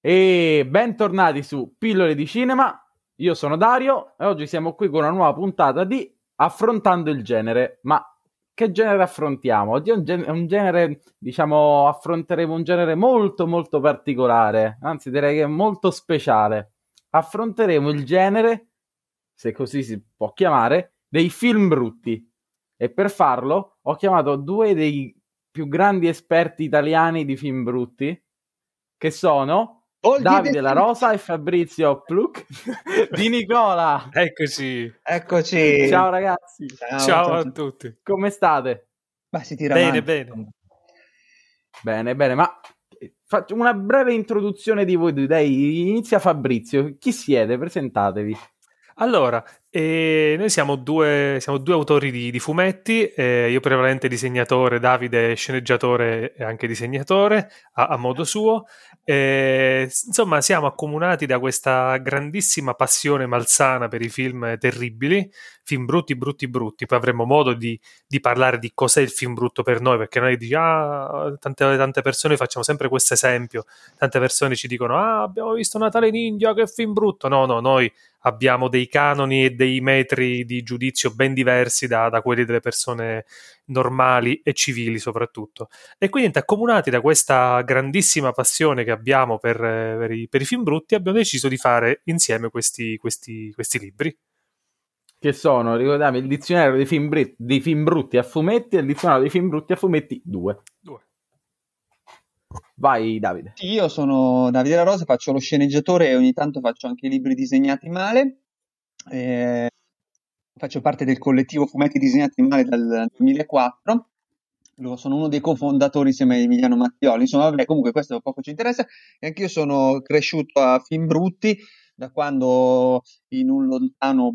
E bentornati su Pillole di Cinema. Io sono Dario e oggi siamo qui con una nuova puntata di Affrontando il genere. Ma che genere affrontiamo? Oggi è un genere, diciamo, affronteremo un genere molto molto particolare, anzi direi che è molto speciale. Affronteremo il genere, se così si può chiamare, dei film brutti. E per farlo ho chiamato due dei più grandi esperti italiani di film brutti, che sono Boldi Davide La Rosa e Fabrizio Pluck di Nicola. Eccoci. Eccoci. Ciao ragazzi. Ciao a tutti. Come state? Ma si tira Bene, avanti. Bene, bene, ma faccio una breve introduzione di voi due. Dai, inizia Fabrizio. Chi siete? Presentatevi. Allora, noi siamo due autori di fumetti, io prevalente disegnatore, Davide sceneggiatore e anche disegnatore a modo suo. Insomma, siamo accomunati da questa grandissima passione malsana per i film terribili, film brutti, brutti, brutti. Poi avremo modo di parlare di cos'è il film brutto per noi, perché noi diciamo, tante persone facciamo sempre questo esempio, tante persone ci dicono abbiamo visto Natale in India, che film brutto. No, noi abbiamo dei canoni e dei metri di giudizio ben diversi da quelli delle persone normali e civili soprattutto. E quindi accomunati da questa grandissima passione che abbiamo per i film brutti, abbiamo deciso di fare insieme questi libri. Che sono, ricordiamo, il dizionario dei film brutti a fumetti e il dizionario dei film brutti a fumetti 2. Vai Davide. Io sono Davide La Rosa, faccio lo sceneggiatore e ogni tanto faccio anche i libri disegnati male. Faccio parte del collettivo Fumetti Disegnati Male dal 2004. Sono uno dei cofondatori insieme a Emiliano Mattioli. Insomma, vabbè, comunque questo poco ci interessa. E anch'io sono cresciuto a film brutti da quando in un lontano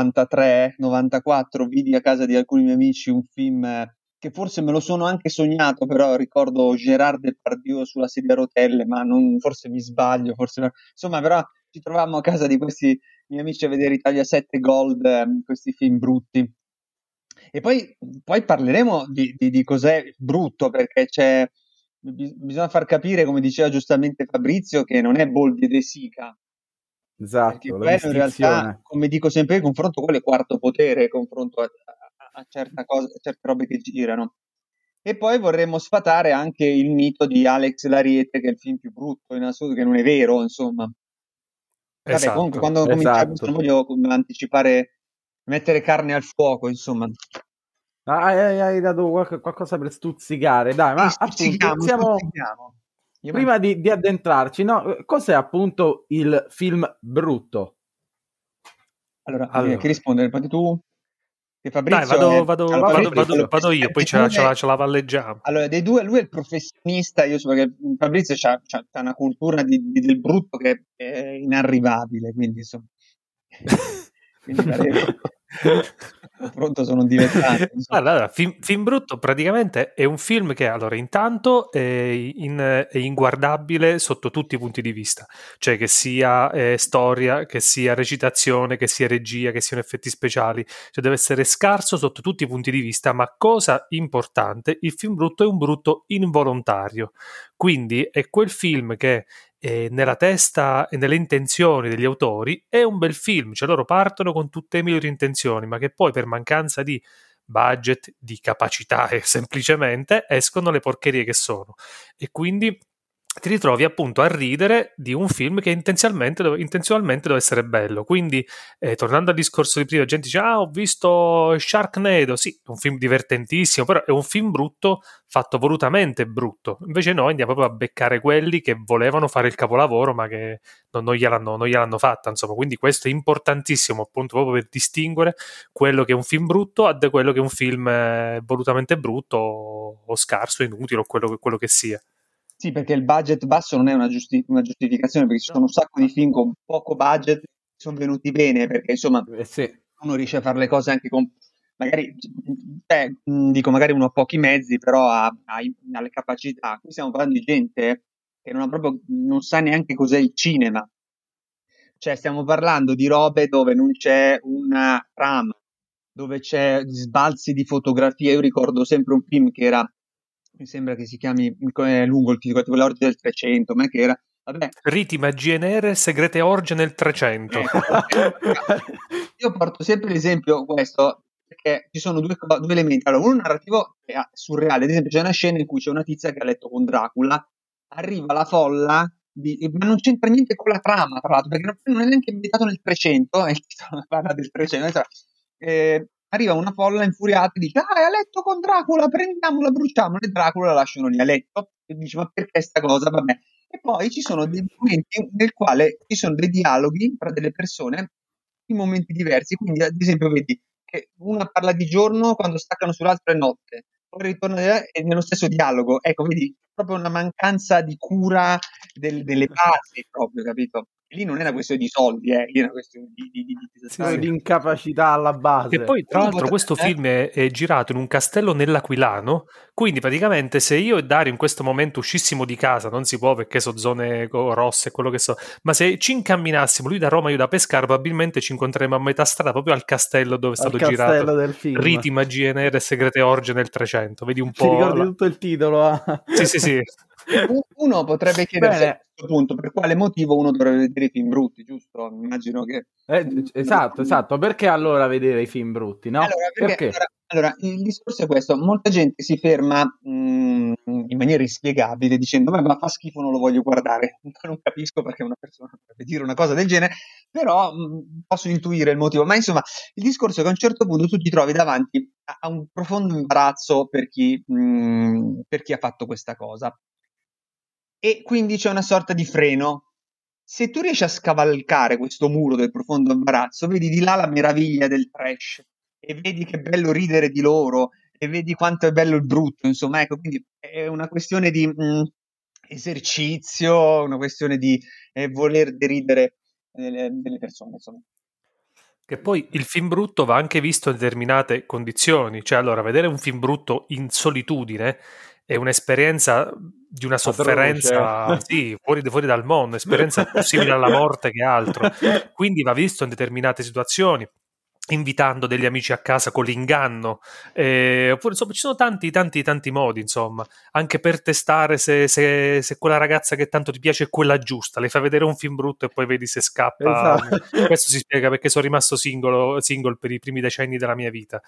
93-94 vidi a casa di alcuni miei amici un film che forse me lo sono anche sognato, però ricordo Gérard Depardieu sulla sedia a rotelle, ma forse mi sbaglio, insomma, però ci trovavamo a casa di questi miei amici a vedere Italia 7 Gold, questi film brutti. E poi parleremo di cos'è brutto, perché bisogna far capire, come diceva giustamente Fabrizio, che non è Boldi De Sica. Perché Esatto, la quello in realtà, distinzione. come dico sempre, il confronto quello è quarto potere, confronto a certe robe che girano. E poi vorremmo sfatare anche il mito di Alex L'Ariete, che è il film più brutto in assoluto, che non è vero, insomma. Vabbè, Esatto. comunque quando cominciamo non voglio anticipare, mettere carne al fuoco, insomma. Hai dato qualcosa per stuzzicare, dai, ma appunto stuzzichiamo. Prima di addentrarci, no? Cos'è appunto il film brutto? Allora. Chi risponde? Parti tu? Che Dai, Fabrizio vado io, poi ce la palleggiamo. Allora, dei due, lui è il professionista, io so perché Fabrizio c'ha una cultura del brutto che è inarrivabile, quindi insomma. Quindi pronto sono dilettante. Allora, film brutto praticamente è un film che allora intanto è inguardabile sotto tutti i punti di vista, cioè che sia storia, che sia recitazione, che sia regia, che siano effetti speciali, cioè deve essere scarso sotto tutti i punti di vista, ma cosa importante, il film brutto è un brutto involontario, quindi è quel film che nella testa e nelle intenzioni degli autori è un bel film, cioè loro partono con tutte le migliori intenzioni, ma che poi per mancanza di budget, di capacità e semplicemente escono le porcherie che sono, e quindi ti ritrovi appunto a ridere di un film che intenzionalmente deve essere bello. Quindi tornando al discorso di prima, la gente dice ho visto Sharknado, sì, è un film divertentissimo, però è un film brutto fatto volutamente brutto. Invece noi andiamo proprio a beccare quelli che volevano fare il capolavoro ma che non gliel'hanno fatta, insomma. Quindi questo è importantissimo appunto proprio per distinguere quello che è un film brutto da quello che è un film volutamente brutto o scarso, inutile o quello che sia. Sì, perché il budget basso non è una giustificazione, perché ci sono un sacco di film con poco budget che sono venuti bene, perché insomma Sì. uno riesce a fare le cose anche con magari, dico magari uno ha pochi mezzi, però ha le capacità. Qui stiamo parlando di gente che non sa neanche cos'è il cinema. Cioè stiamo parlando di robe dove non c'è una trama, dove c'è sbalzi di fotografia. Io ricordo sempre un film che era, mi sembra che si chiami, è lungo il titolo, tipo L'Orgia del 300, ma che era Vabbè. Riti, magie nere, segrete orge nel 300. Io porto sempre l'esempio questo, perché ci sono due elementi. Allora, uno narrativo è surreale, ad esempio c'è una scena in cui c'è una tizia che ha letto con Dracula, arriva la folla, ma non c'entra niente con la trama, tra l'altro, perché non è neanche ambientato nel 300, il titolo parla del 300, arriva una folla infuriata e dice ha letto con Dracula, prendiamola, bruciamola, e Dracula la lasciano lì a letto, e dice ma perché sta cosa, vabbè. E poi ci sono dei momenti nel quale ci sono dei dialoghi tra delle persone in momenti diversi, quindi ad esempio vedi che una parla di giorno quando staccano sull'altra è notte, poi ritorna e nello stesso dialogo, ecco vedi, proprio una mancanza di cura delle basi proprio, capito? E lì non è una questione di soldi, lì è una questione di incapacità alla base. E poi, tra l'altro, questo film è girato in un castello nell'Aquilano, quindi praticamente se io e Dario in questo momento uscissimo di casa, non si può perché sono zone rosse e quello che so, ma se ci incamminassimo, lui da Roma, io da Pescara, probabilmente ci incontreremo a metà strada proprio al castello dove è stato girato del film. Riti, magie nere e segrete orge nel 300. Vedi un po'. Ti ricordi tutto il titolo? Sì. Uno potrebbe chiedersi a questo punto per quale motivo uno dovrebbe vedere i film brutti, giusto? Immagino che... Esatto, perché allora vedere i film brutti, no? Allora, il discorso è questo, molta gente si ferma in maniera inspiegabile dicendo ma fa schifo, non lo voglio guardare, non capisco perché una persona potrebbe dire una cosa del genere, però posso intuire il motivo, ma insomma il discorso è che a un certo punto tu ti trovi davanti a un profondo imbarazzo per chi ha fatto questa cosa. E quindi c'è una sorta di freno. Se tu riesci a scavalcare questo muro del profondo imbarazzo, vedi di là la meraviglia del trash e vedi che bello ridere di loro e vedi quanto è bello il brutto, insomma, ecco, quindi è una questione di esercizio, una questione di voler deridere delle persone, insomma. Che poi il film brutto va anche visto in determinate condizioni, cioè allora vedere un film brutto in solitudine è un'esperienza di una sofferenza fuori dal mondo, esperienza più simile alla morte che altro, quindi va visto in determinate situazioni, invitando degli amici a casa con l'inganno, oppure insomma ci sono tanti modi, insomma, anche per testare se quella ragazza che tanto ti piace è quella giusta, le fai vedere un film brutto e poi vedi se scappa. Esatto. Questo si spiega perché sono rimasto single per i primi decenni della mia vita.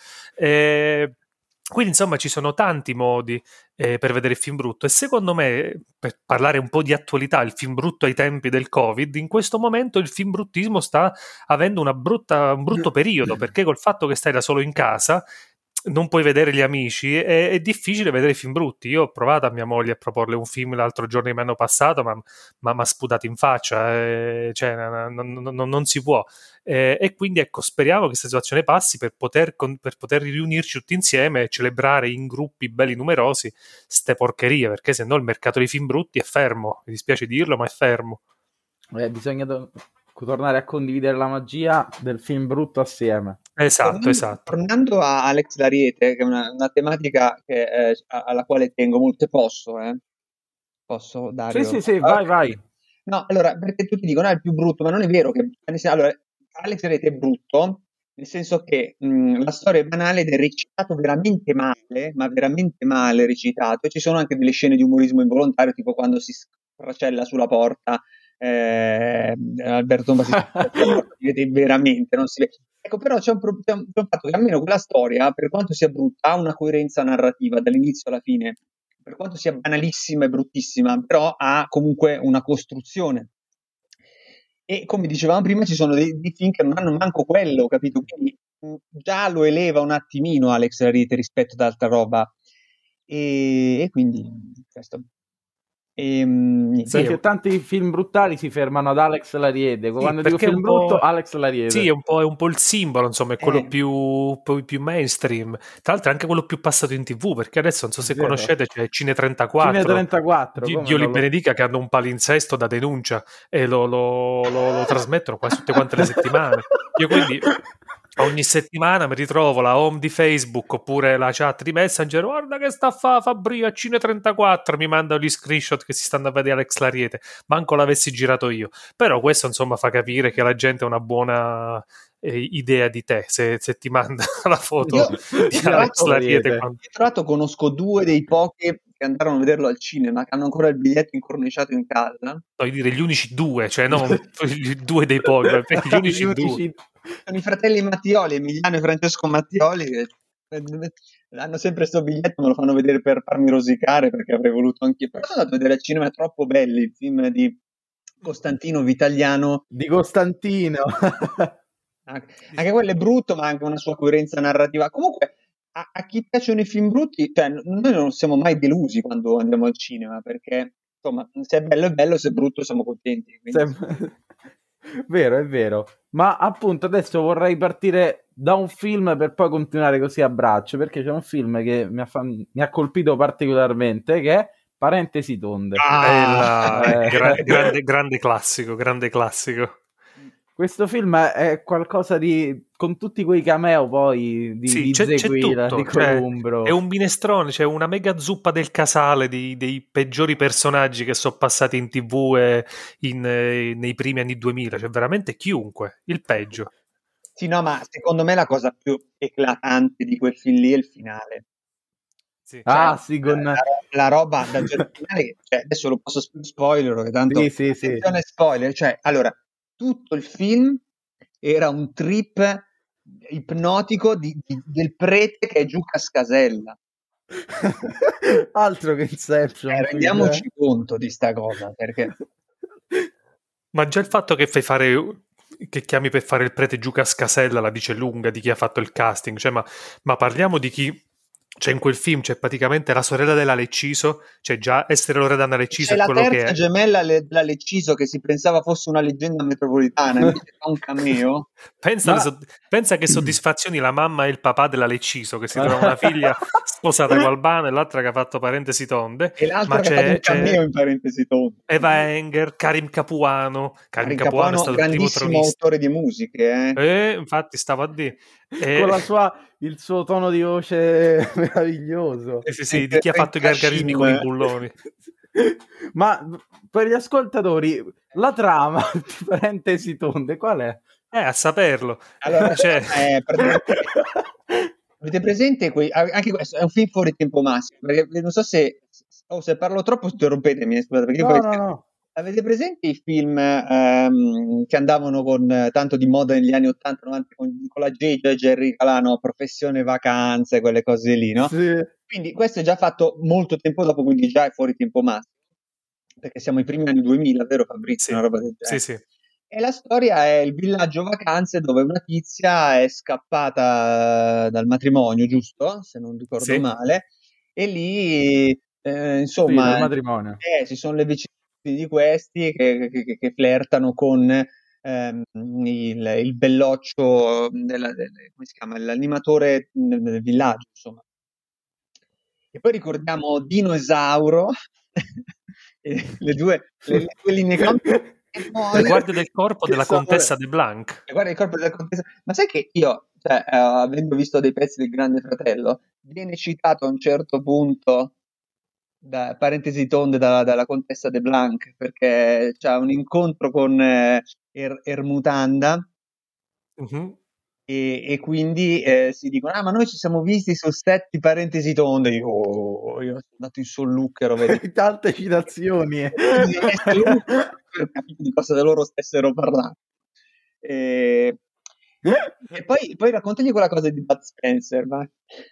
Quindi insomma ci sono tanti modi per vedere il film brutto, e secondo me, per parlare un po' di attualità, il film brutto ai tempi del Covid, in questo momento il film bruttismo sta avendo un brutto periodo, perché col fatto che stai da solo in casa non puoi vedere gli amici, è difficile vedere i film brutti. Io ho provato a mia moglie a proporle un film l'altro giorno che mi hanno passato, ma m'ha sputato in faccia, cioè non si può. E quindi ecco, speriamo che questa situazione passi per poter riunirci tutti insieme e celebrare in gruppi belli numerosi ste porcherie, perché se no il mercato dei film brutti è fermo, mi dispiace dirlo, ma è fermo. Bisogna tornare a condividere la magia del film brutto assieme. Esatto. Tornando a Alex Lariete, che è una tematica alla quale tengo molto, posso, Dario? Sì, vai. No, allora, perché tutti dicono è il più brutto, ma non è vero che... Allora, Alex Lariete è brutto, nel senso che la storia è banale ed è recitato veramente male, ma veramente male recitato, e ci sono anche delle scene di umorismo involontario, tipo quando si sfracella sulla porta Alberto Tomba, si vede veramente, non si vede. Ecco, però c'è un fatto che almeno quella storia, per quanto sia brutta, ha una coerenza narrativa dall'inizio alla fine, per quanto sia banalissima e bruttissima, però ha comunque una costruzione. E come dicevamo prima, ci sono dei film che non hanno manco quello, capito? Quindi già lo eleva un attimino Alex Lariete rispetto ad altra roba. E quindi questo. Perché tanti film bruttali si fermano ad Alex Lariete. Quando dico film brutto, Alex Lariete. Sì, è un po' il simbolo, insomma, è quello più mainstream. Tra l'altro è anche quello più passato in TV, perché adesso non so se conoscete, c'è Cine34 di Dio li benedica, che hanno un palinsesto da denuncia e lo trasmettono quasi tutte quante le settimane. Io quindi ogni settimana mi ritrovo la home di Facebook oppure la chat di Messenger, guarda che sta a Fabri a Cine34, mi mandano gli screenshot che si stanno a vedere Alex Lariete, manco l'avessi girato io. Però questo insomma fa capire che la gente ha una buona idea di te, se ti manda la foto di Alex Lariete. Tra l'altro conosco due dei pochi che andarono a vederlo al cinema, che hanno ancora il biglietto incorniciato in casa. Voglio dire gli unici due, cioè non i due dei pochi, ma gli unici due. Sono i fratelli Mattioli, Emiliano e Francesco Mattioli, che hanno sempre sto biglietto, me lo fanno vedere per farmi rosicare, perché avrei voluto anch'io. Però sono andato a vedere al cinema, è troppo belli, il film di Costantino Vitagliano. Di Costantino. Anche quello è brutto, ma ha anche una sua coerenza narrativa. Comunque, a chi piacciono i film brutti, cioè, noi non siamo mai delusi quando andiamo al cinema, perché insomma, se è bello, se è brutto siamo contenti. Quindi... Vero, è vero. Ma appunto adesso vorrei partire da un film per poi continuare così a braccio, perché c'è un film che mi ha colpito particolarmente, che è Parentesi tonde. Grande classico, grande classico. Questo film è qualcosa di... con tutti quei cameo poi di Zequila, di Columbro. È un minestrone, c'è una mega zuppa del casale dei peggiori personaggi che sono passati in TV nei primi anni 2000, cioè veramente chiunque, il peggio. Sì, no, ma secondo me la cosa più eclatante di quel film lì è il finale. Sì. Cioè, sì, con... la roba da finale, cioè, adesso lo posso spoiler, che tanto sì. attenzione spoiler, cioè, allora, tutto il film era un trip ipnotico del prete che è giù Cascasella. Altro che Inception. Rendiamoci conto di sta cosa, perché... Ma già il fatto che che chiami per fare il prete giù Cascasella la dice lunga di chi ha fatto il casting, cioè, ma parliamo di chi... Cioè in quel film c'è praticamente la sorella della Lecciso, cioè già essere Loredana Lecciso c'è è quello che è. La terza gemella della Lecciso che si pensava fosse una leggenda metropolitana, invece fa un cameo. Pensa che soddisfazioni la mamma e il papà della Lecciso, che si trova una figlia sposata con Albano e l'altra che ha fatto Parentesi tonde. E l'altra che ha fatto un cameo in Parentesi tonde. Eva Enger, Karim Capuano. Karim Capuano è stato il primo tronista. Autore di musiche. Infatti stavo a dire. Con il suo tono di voce meraviglioso. Sì, di chi ha fatto i gargarismi con i bulloni. Ma per gli ascoltatori, la trama di Parentesi tonde qual è? A saperlo. Allora, avete presente anche questo è un film fuori tempo massimo, perché non so se parlo troppo, interrompetemi, scusate, perché no. Avete presente i film che andavano con tanto di moda negli anni 80-90 con Nicola Cage e Jerry Calano, Professione Vacanze, quelle cose lì, no? Sì. Quindi questo è già fatto molto tempo dopo, quindi già è fuori tempo massimo, perché siamo ai primi anni 2000, vero Fabrizio? Sì. Una roba del genere. Sì. E la storia è il villaggio vacanze dove una tizia è scappata dal matrimonio, giusto? Se non ricordo male. E lì, insomma, sì, matrimonio. ci sono le vicine di questi che flirtano con il belloccio come si chiama? L'animatore del villaggio, insomma. E poi ricordiamo Dino Esauro, le due linee comiche. Le guardie del corpo della contessa de Blanc. Le guardie del corpo della contessa. Ma sai che io, avendo visto dei pezzi del Grande Fratello, viene citato a un certo punto, da parentesi tonde, dalla contessa de Blanc, perché c'ha un incontro con Ermutanda. Uh-huh. E quindi si dicono: ma noi ci siamo visti su set di Parentesi tonde. Io sono andato in solluchero, vedi. Tante citazioni per capire di cosa loro stessero parlando. E poi raccontagli quella cosa di Bud Spencer, va.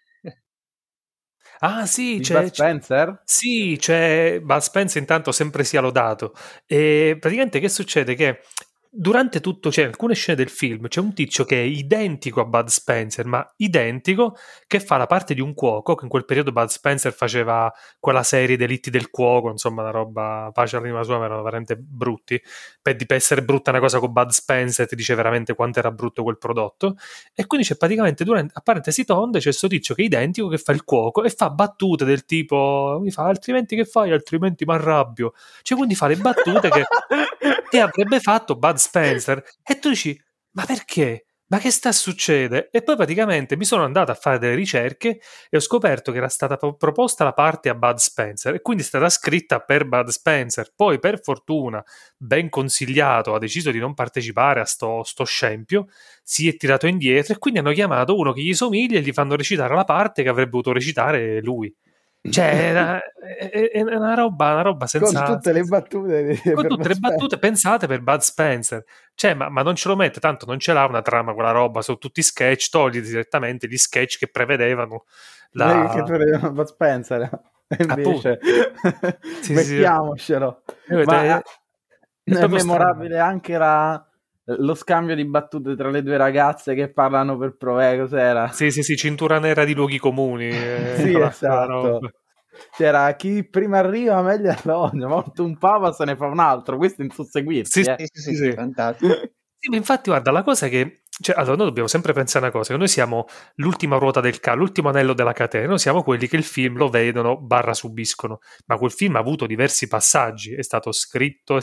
Ah sì, Bud Spencer? Sì, c'è Bud Spencer, intanto sempre sia lodato. E praticamente che succede? Che durante tutto, alcune scene del film c'è un tizio che è identico a Bud Spencer, ma identico, che fa la parte di un cuoco, che in quel periodo Bud Spencer faceva quella serie Delitti del cuoco, insomma una roba, pace all'anima sua, ma erano veramente brutti. Per essere brutta una cosa con Bud Spencer ti dice veramente quanto era brutto quel prodotto. E quindi c'è praticamente, a parentesi tonde, c'è questo tizio che è identico, che fa il cuoco e fa battute del tipo, mi fa, altrimenti che fai? Altrimenti mi arrabbio. Cioè quindi fa le battute che avrebbe fatto Bud Spencer, e tu dici, ma perché? Ma che sta succedendo? E poi praticamente mi sono andato a fare delle ricerche e ho scoperto che era stata proposta la parte a Bud Spencer e quindi è stata scritta per Bud Spencer. Poi per fortuna, ben consigliato, ha deciso di non partecipare a sto scempio, si è tirato indietro e quindi hanno chiamato uno che gli somiglia e gli fanno recitare la parte che avrebbe dovuto recitare lui. Cioè, è una roba senza... Con tutte le battute con tutte le battute pensate per Bud Spencer. Cioè, ma non ce lo mette, tanto non ce l'ha una trama quella roba, sono tutti sketch, togli direttamente gli sketch che prevedevano che prevedevano Bud Spencer. E invece mettiamocelo. Ma è memorabile anche lo scambio di battute tra le due ragazze che parlano per cos'era? Sì, cintura nera di luoghi comuni. Sì, esatto. C'era chi prima arriva meglio all'odio, ma un pava se ne fa un altro, questo in susseguirsi. Sì, fantastico. Sì, ma infatti guarda, la cosa che... Cioè, allora noi dobbiamo sempre pensare una cosa, che noi siamo l'ultima ruota del carro, l'ultimo anello della catena, noi siamo quelli che il film lo vedono / subiscono, ma quel film ha avuto diversi passaggi, è stato scritto,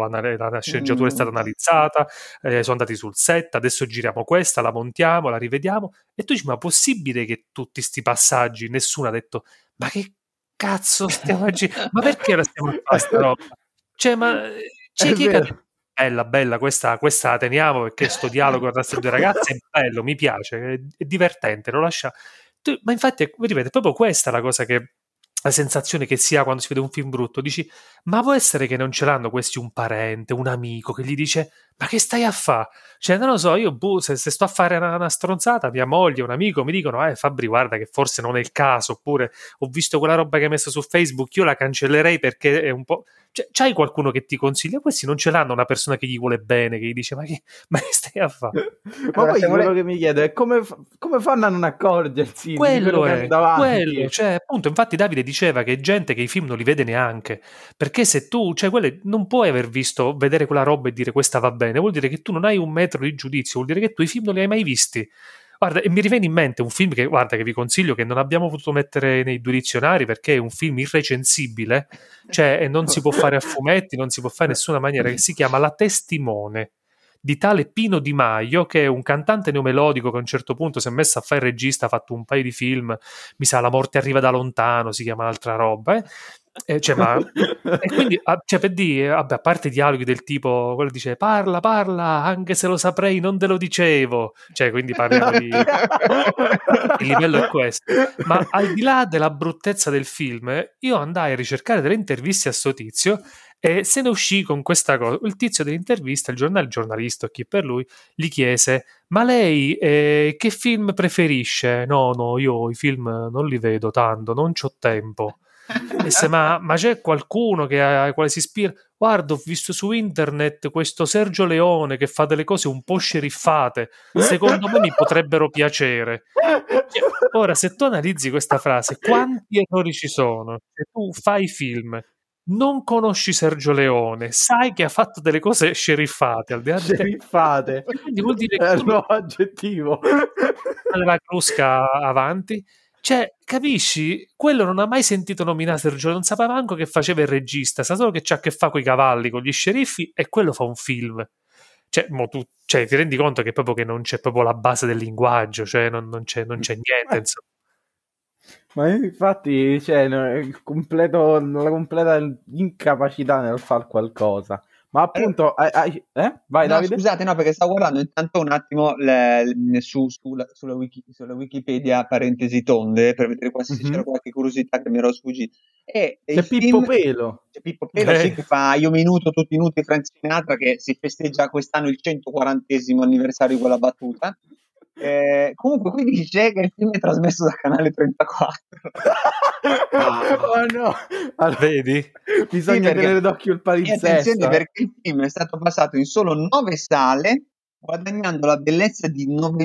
la sceneggiatura è stata analizzata, sono andati sul set, adesso giriamo questa, la montiamo, la rivediamo, e tu dici, ma possibile che tutti sti passaggi, nessuno ha detto, ma che cazzo stiamo agendo, ma perché la stiamo a fare sta roba? Cioè, ma c'è chi bella, questa la teniamo perché sto dialogo tra queste due ragazze è bello, mi piace, è divertente, lo lascia... Ma infatti, ripeto, è proprio questa la cosa che... la sensazione che si ha quando si vede un film brutto, dici, ma può essere che non ce l'hanno questi un parente, un amico che gli dice, ma che stai a fare? Cioè, non lo so, io se sto a fare una stronzata, mia moglie, un amico mi dicono, Fabri, guarda che forse non è il caso, oppure ho visto quella roba che hai messo su Facebook, io la cancellerei perché è un po'... Cioè, c'hai qualcuno che ti consiglia? Questi non ce l'hanno una persona che gli vuole bene, che gli dice, ma che stai a fare? Ma poi quello che mi chiedo è come fanno a non accorgersi quello di è quello, cioè appunto, infatti Davide diceva che è gente che i film non li vede neanche, perché se tu, cioè non puoi aver visto, vedere quella roba e dire questa va bene, vuol dire che tu non hai un metro di giudizio, vuol dire che tu i film non li hai mai visti. Guarda, e mi riviene in mente un film che vi consiglio, che non abbiamo potuto mettere nei due dizionari perché è un film irrecensibile, cioè non si può fare a fumetti, non si può fare in nessuna maniera, che si chiama La Testimone, di tale Pino Di Maio, che è un cantante neomelodico che a un certo punto si è messo a fare il regista, ha fatto un paio di film, mi sa La morte arriva da lontano, si chiama un'altra roba, e quindi per dire, vabbè, a parte i dialoghi del tipo, quello dice parla, anche se lo saprei non te lo dicevo, cioè quindi parliamo di il livello è questo, ma al di là della bruttezza del film, io andai a ricercare delle interviste a sto tizio e se ne uscì con questa cosa. Il tizio dell'intervista, il giornalista, chi per lui, gli chiese, ma lei che film preferisce? No, io i film non li vedo tanto, non c'ho tempo. E se, ma c'è qualcuno a quale si ispira? Guarda, ho visto su internet questo Sergio Leone che fa delle cose un po' sceriffate, secondo me mi potrebbero piacere. Ora, se tu analizzi questa frase, quanti errori ci sono? Se tu fai film, non conosci Sergio Leone, sai che ha fatto delle cose sceriffate, al di là sceriffate, quindi vuol dire che è un nuovo aggettivo, la crusca avanti. Cioè, capisci? Quello non ha mai sentito nominare Sergio, non sapeva manco che faceva il regista, sa solo che c'ha a che fare con i cavalli, con gli sceriffi, e quello fa un film. Cioè, ti rendi conto che proprio che non c'è proprio la base del linguaggio, cioè non c'è niente, insomma. Ma infatti, cioè, la completa incapacità nel far qualcosa. Ma appunto, vai, no, Davide? Scusate, no, perché stavo guardando intanto un attimo sulla Wikipedia parentesi tonde per vedere se c'era qualche curiosità che mi era sfuggita. C'è Pippo Pelo. C'è Pippo Pelo, sì, che fa Io Minuto, Tutti Minuti, Frank Sinatra, che si festeggia quest'anno il 140° anniversario di quella battuta. Comunque qui dice che il film è trasmesso da Canale 34. Oh no! Allora, vedi? Bisogna tenere d'occhio il palinsesto. Attenzione, perché il film è stato passato in solo 9 sale, guadagnando la bellezza di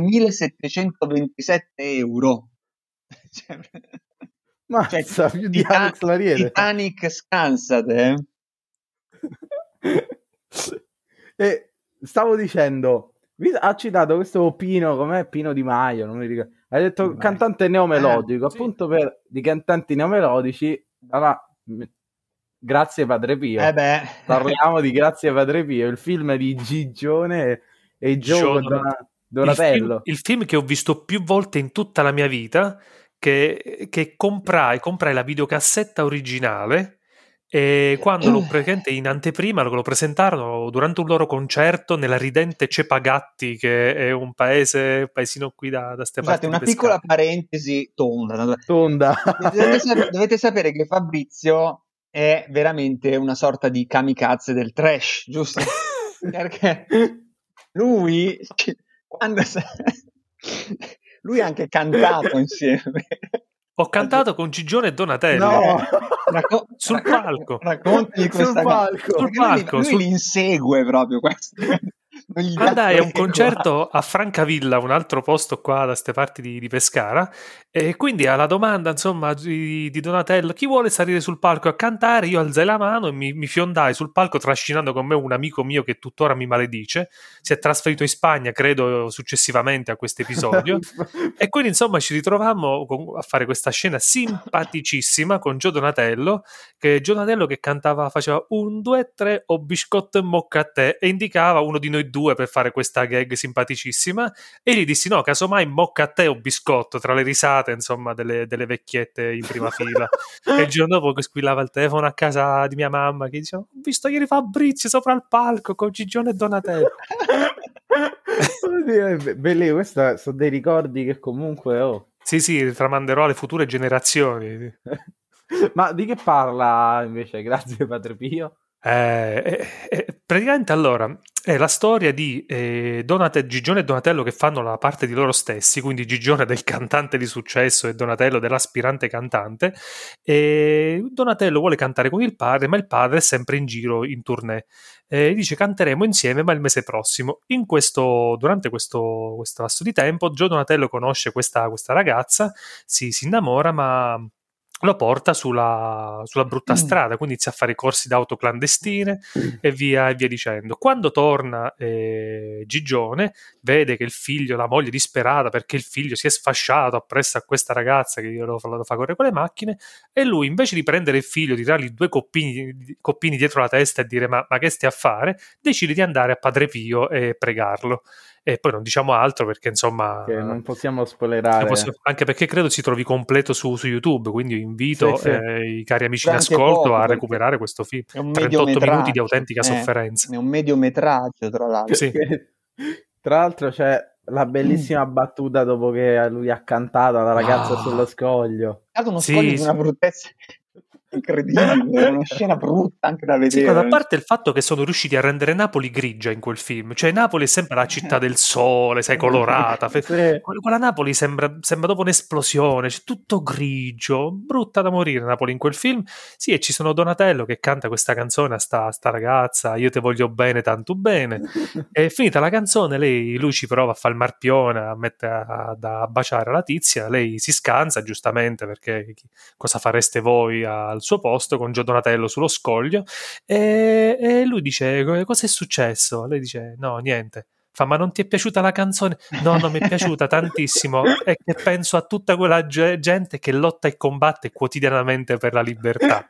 9.727 euro. Mazza, più di Alex Lariere. Titanic scansate. E stavo dicendo, ha citato questo Pino, com'è? Pino Di Maio, non mi ricordo. Hai detto cantante neomelodico, appunto sì. di cantanti neomelodici. Allora, Grazie Padre Pio. Parliamo di Grazie Padre Pio, il film di Gigione e Gio Donatello. Il film che ho visto più volte in tutta la mia vita, che comprai la videocassetta originale E quando praticamente in anteprima lo presentarono durante un loro concerto nella ridente Cepagatti, che è un paesino qui da ste parti Scusate, una di Pescara. piccola parentesi tonda. Tonda. Dovete sapere che Fabrizio è veramente una sorta di kamikaze del trash, giusto? Perché lui, lui ha anche cantato insieme. Ho cantato con Gigione e Donatello. No! Sul palco. Raccontami questa Sul palco. Lui li insegue proprio questo. Andai a un concerto a Francavilla, un altro posto qua da ste parti di Pescara, e quindi alla domanda insomma di Donatello, chi vuole salire sul palco a cantare, io alzai la mano e mi fiondai sul palco trascinando con me un amico mio che tuttora mi maledice, si è trasferito in Spagna credo successivamente a questo episodio e quindi insomma ci ritrovammo a fare questa scena simpaticissima con Gio Donatello che cantava, faceva 1, 2, 3 o biscotto e mocca a te e indicava uno di noi due per fare questa gag simpaticissima e gli dissi no, casomai mocca a te o biscotto, tra le risate insomma delle vecchiette in prima fila. E il giorno dopo che squillava il telefono a casa di mia mamma che diceva ho visto ieri Fabrizio sopra il palco con Gigione e Donatello. Belli, questi sono dei ricordi che comunque sì, tramanderò alle future generazioni. Ma di che parla invece? Grazie Padre Pio. Praticamente allora è la storia di Gigione e Donatello che fanno la parte di loro stessi, quindi Gigione del cantante di successo e Donatello dell'aspirante cantante, e Donatello vuole cantare con il padre ma il padre è sempre in giro in tournée e dice canteremo insieme ma il mese prossimo. Durante questo lasso di tempo Gio Donatello conosce questa ragazza, si innamora ma lo porta sulla brutta strada, quindi inizia a fare i corsi d'auto clandestine e via dicendo. Quando torna Gigione, vede che il figlio, la moglie disperata perché il figlio si è sfasciato appresso a questa ragazza che lo fa correre con le macchine, e lui invece di prendere il figlio, di dargli 2 coppini dietro la testa e dire ma che stai a fare, decide di andare a Padre Pio e pregarlo. E poi non diciamo altro perché insomma che non possiamo spoilerare, anche perché credo si trovi completo su YouTube, quindi invito i cari amici in ascolto a recuperare questo film. 38 minuti di autentica sofferenza. È un mediometraggio tra l'altro. Sì. Tra l'altro c'è la bellissima battuta dopo che lui ha cantato la ragazza sullo scoglio. È stato uno scoglio di una bruttezza incredibile, una scena brutta anche da vedere. Sì, ma a parte il fatto che sono riusciti a rendere Napoli grigia in quel film, cioè Napoli è sempre la città del sole, sai, colorata. Quella Napoli sembra dopo un'esplosione, c'è tutto grigio, brutta da morire Napoli in quel film. Sì, e ci sono Donatello che canta questa canzone a sta ragazza, io te voglio bene, tanto bene. E finita la canzone, lui ci prova a fare il marpione, a baciare la tizia, lei si scansa giustamente perché cosa fareste voi al suo posto con Gio Donatello sullo scoglio e lui dice cosa è successo? Lei dice no, niente. Fa ma non ti è piaciuta la canzone? No, mi è piaciuta tantissimo e che penso a tutta quella gente che lotta e combatte quotidianamente per la libertà.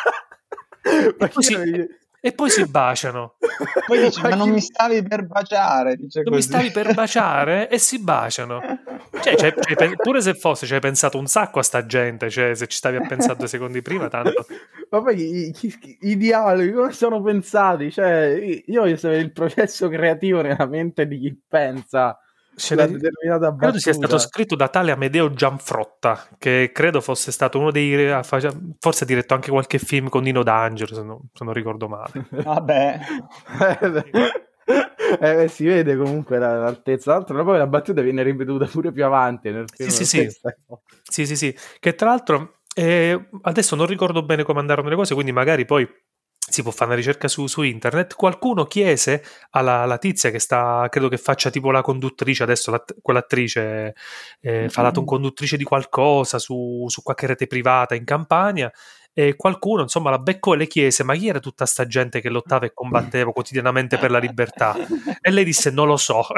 E poi si baciano. Poi dice, ma non mi stavi per baciare? Dice non così. mi stavi per baciare? E si baciano. Pure se fosse, ci hai pensato un sacco a sta gente, cioè se ci stavi a pensare 2 secondi prima, tanto. Ma poi i dialoghi come sono pensati? Cioè, io voglio sapere il processo creativo nella mente di chi pensa. Credo sia stato scritto da tale Amedeo Gianfrotta, che credo fosse stato uno dei forse ha diretto anche qualche film con Nino D'Angelo, se non ricordo male. Vabbè. Si vede comunque l'altezza. Tra l'altro poi la battuta viene ripetuta pure più avanti nel film. Sì, che tra l'altro adesso non ricordo bene come andarono le cose, quindi magari poi si può fare una ricerca su internet. Qualcuno chiese alla tizia che credo che faccia tipo la conduttrice adesso, quell'attrice fa la conduttrice di qualcosa su qualche rete privata in Campania, e qualcuno insomma la beccò e le chiese ma chi era tutta sta gente che lottava e combatteva quotidianamente per la libertà, e lei disse non lo so.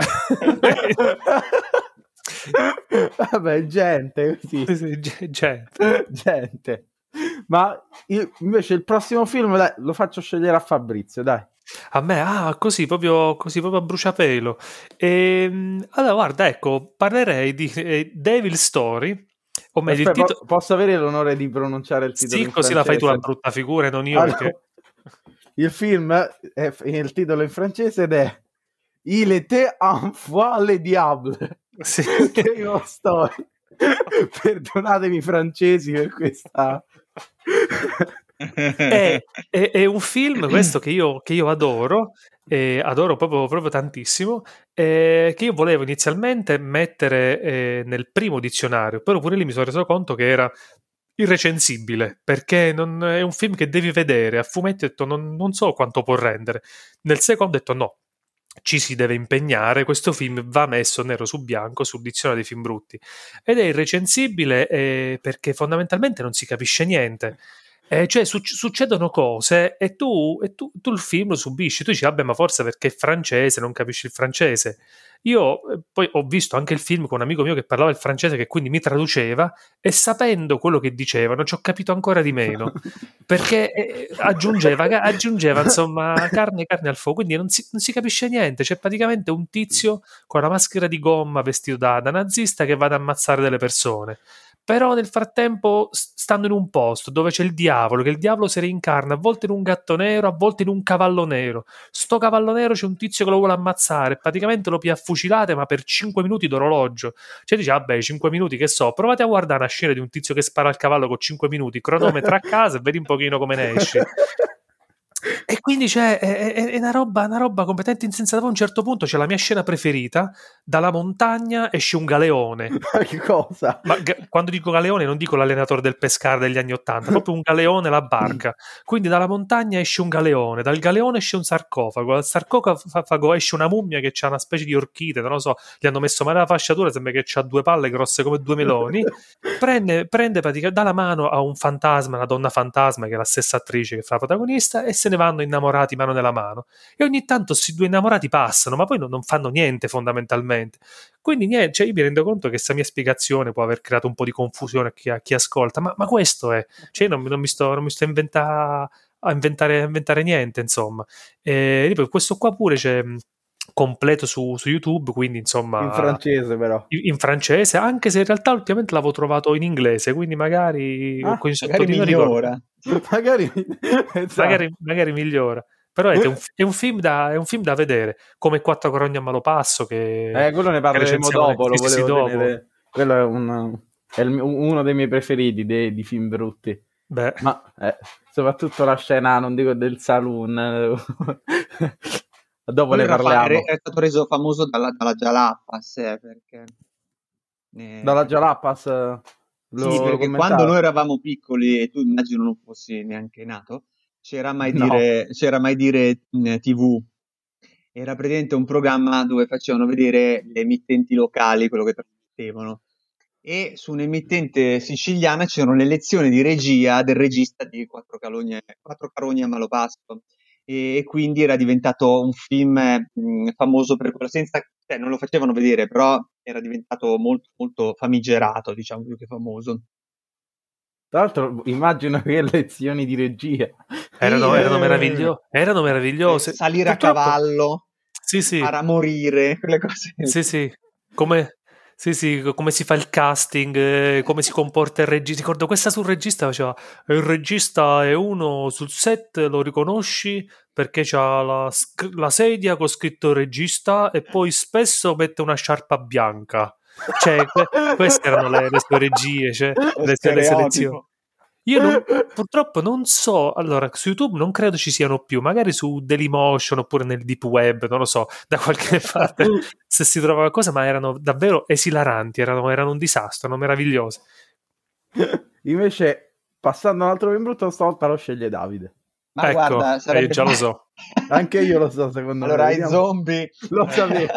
Vabbè, gente così. Gente. Ma invece il prossimo film lo faccio scegliere a Fabrizio, dai. A me, così proprio a bruciapelo. Allora, guarda, ecco, parlerei di Devil Story, o meglio il Aspetta, titolo... posso avere l'onore di pronunciare il titolo Sì, in così la fai tu la francese? brutta figura e non io, Allora, perché... il film è il titolo in francese ed è Il était un fois le diable. Sì. Che io sto... Perdonatemi i francesi per questa... È un film questo che io adoro, adoro proprio tantissimo, che io volevo inizialmente mettere nel primo dizionario, però pure lì mi sono reso conto che era irrecensibile, perché è un film che devi vedere. A fumetti ho detto non so quanto può rendere. Nel secondo ho detto no, ci si deve impegnare, questo film va messo nero su bianco sul dizionario dei film brutti, ed è irrecensibile perché fondamentalmente non si capisce niente. Cioè succedono cose e tu il film lo subisci, tu dici vabbè, ma forse perché è francese, non capisci il francese. Io poi ho visto anche il film con un amico mio che parlava il francese, che quindi mi traduceva, e sapendo quello che dicevano ci ho capito ancora di meno, perché aggiungeva insomma carne al fuoco, quindi non si capisce niente. C'è praticamente un tizio con la maschera di gomma vestito da nazista che va ad ammazzare delle persone. Però nel frattempo stanno in un posto dove c'è il diavolo, che il diavolo si reincarna a volte in un gatto nero, a volte in un cavallo nero. Sto cavallo nero c'è un tizio che lo vuole ammazzare, praticamente lo pia a fucilate, ma per 5 minuti d'orologio. Cioè dice, vabbè, 5 minuti che so, provate a guardare una scena di un tizio che spara al cavallo con 5 minuti, cronometra a casa e vedi un pochino come ne esci. E quindi è una roba completamente insensata. Poi a un certo punto c'è la mia scena preferita: dalla montagna esce un galeone. Ma che cosa? Ma quando dico galeone non dico l'allenatore del Pescara degli anni '80, proprio un galeone, la barca. Quindi dalla montagna esce un galeone, dal galeone esce un sarcofago, dal sarcofago esce una mummia che ha una specie di orchide, non lo so, gli hanno messo male la fasciatura, sembra che ha 2 palle grosse come 2 meloni. Prende praticamente, dà la mano a un fantasma, una donna fantasma che è la stessa attrice che fa la protagonista, e se ne vanno innamorati mano nella mano. E ogni tanto questi 2 innamorati passano, ma poi non fanno niente fondamentalmente. Quindi niente, cioè io mi rendo conto che questa mia spiegazione può aver creato un po' di confusione a chi ascolta, ma questo è, cioè io non mi sto a inventare niente, insomma. E poi questo qua pure c'è completo su YouTube, quindi insomma In francese però. in francese, anche se in realtà ultimamente l'avevo trovato in inglese, quindi magari Ah, con i magari sottotitoli ricordo. migliora. Magari, esatto. Magari migliora. Però è un film da vedere, come Quattro Corogni a Malopasso, che Quello ne parleremo recensiamo dopo, lo sì, volevo dopo. tenere. Quello è uno dei miei preferiti di film brutti. Beh, Ma soprattutto la scena, non dico del saloon. Dopo Quello ne parliamo. è stato reso famoso dalla Jalapas, perché... Dalla Jalapas Sì, lo perché quando commentavo. noi eravamo piccoli, e tu immagino non fossi neanche nato, c'era mai No. dire TV. Era praticamente un programma dove facevano vedere le emittenti locali, quello che trasmettevano. E su un'emittente siciliana c'erano le lezioni di regia del regista di Quattro Carogni a Malopasto. E quindi era diventato un film famoso per quello, cioè, non lo facevano vedere, però era diventato molto, molto famigerato, diciamo, più che famoso. Tra l'altro immagino che lezioni di regia. erano Sì. meravigliose. Salire a Purtroppo, cavallo, sì, para morire, quelle cose. sì, come, sì, come si fa il casting, come si comporta il regista. Ricordo questa sul regista faceva, il regista è uno sul set, lo riconosci perché c'ha la sedia con scritto regista e poi spesso mette una sciarpa bianca. Cioè, queste erano le sue regie, cioè, Lo le selezioni. stereotipo. Purtroppo non so, allora su YouTube non credo ci siano più, magari su Dailymotion oppure nel Deep Web, non lo so, da qualche parte se si trova qualcosa, ma erano davvero esilaranti, erano un disastro, erano meravigliose. Invece, passando a un altro film brutto, stavolta lo sceglie Davide. Ma Ecco, guarda, sarebbe... già lo so. Anche io lo so, secondo Allora, me. ai Vediamo. zombie... Lo sapevo.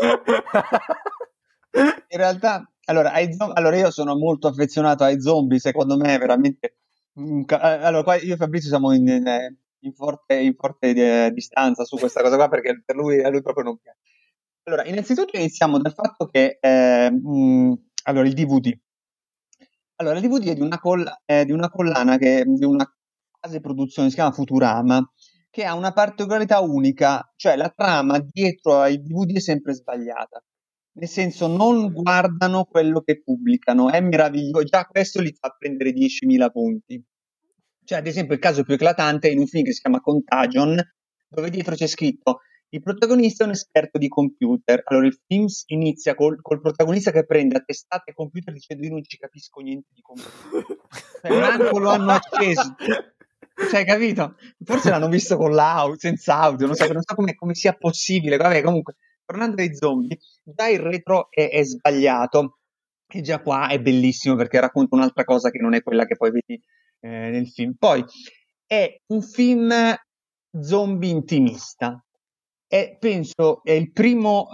In realtà, allora io sono molto affezionato ai zombie, secondo me è veramente... allora, qua io e Fabrizio siamo in forte distanza su questa cosa qua, perché per lui, a lui proprio non piace. Allora, innanzitutto iniziamo dal fatto che allora, il DVD. Allora, il DVD è di una collana di una base produzione, si chiama Futurama, che ha una particolarità unica, cioè la trama dietro ai DVD è sempre sbagliata. nel senso non guardano quello che pubblicano, è meraviglioso, già questo li fa prendere 10.000 punti. Cioè, ad esempio, il caso più eclatante è in un film che si chiama Contagion, dove dietro c'è scritto il protagonista è un esperto di computer. Allora, il film inizia col protagonista che prende a testate computer dicendo io non ci capisco niente di computer. Cioè, manco lo hanno acceso. Cioè, capito? Forse l'hanno visto con senza audio, non so come sia possibile. Vabbè, comunque, tornando ai zombie, già il retro è sbagliato. E già qua è bellissimo perché racconta un'altra cosa che non è quella che poi vedi nel film. Poi è un film zombie intimista. Penso è il primo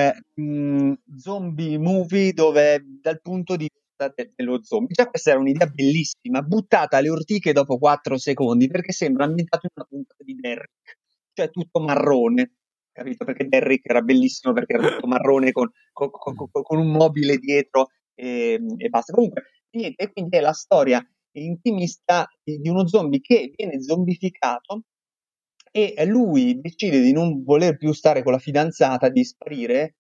zombie movie dove dal punto di vista dello zombie. Già questa era un'idea bellissima, buttata alle ortiche dopo 4 secondi perché sembra ambientato in una puntata di Derrick, cioè tutto marrone, capito? Perché Derrick era bellissimo perché era tutto marrone con un mobile dietro e basta. Comunque, niente, e quindi è la storia intimista di uno zombie che viene zombificato e lui decide di non voler più stare con la fidanzata, di sparire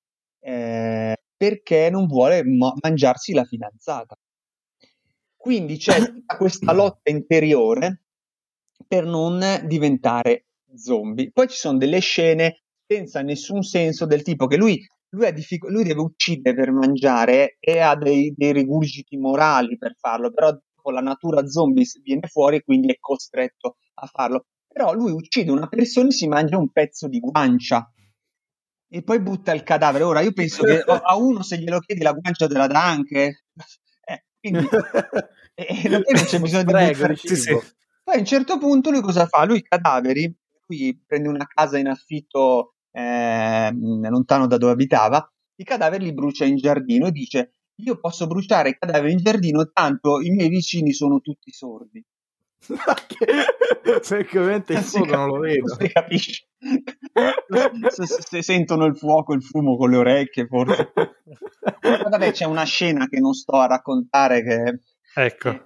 perché non vuole mangiarsi la fidanzata. Quindi c'è tutta questa lotta interiore per non diventare zombie. Poi ci sono delle scene senza nessun senso del tipo che lui deve uccidere per mangiare e ha dei rigurgiti morali per farlo, però la natura zombie viene fuori e quindi è costretto a farlo. Però lui uccide una persona e si mangia un pezzo di guancia e poi butta il cadavere. Ora io penso che a uno se glielo chiedi la guancia te la dà anche. Quindi non c'è bisogno di buttare di cibo. Poi a un certo punto lui cosa fa? Lui i cadaveri, lui prende una casa in affitto lontano da dove abitava, i cadaveri li brucia in giardino e dice io posso bruciare i cadaveri in giardino tanto i miei vicini sono tutti sordi. Francamente il fuoco non lo vedo. Si capisce. Se sentono il fuoco, il fumo con le orecchie, forse. Vabbè, c'è una scena che non sto a raccontare che... Ecco.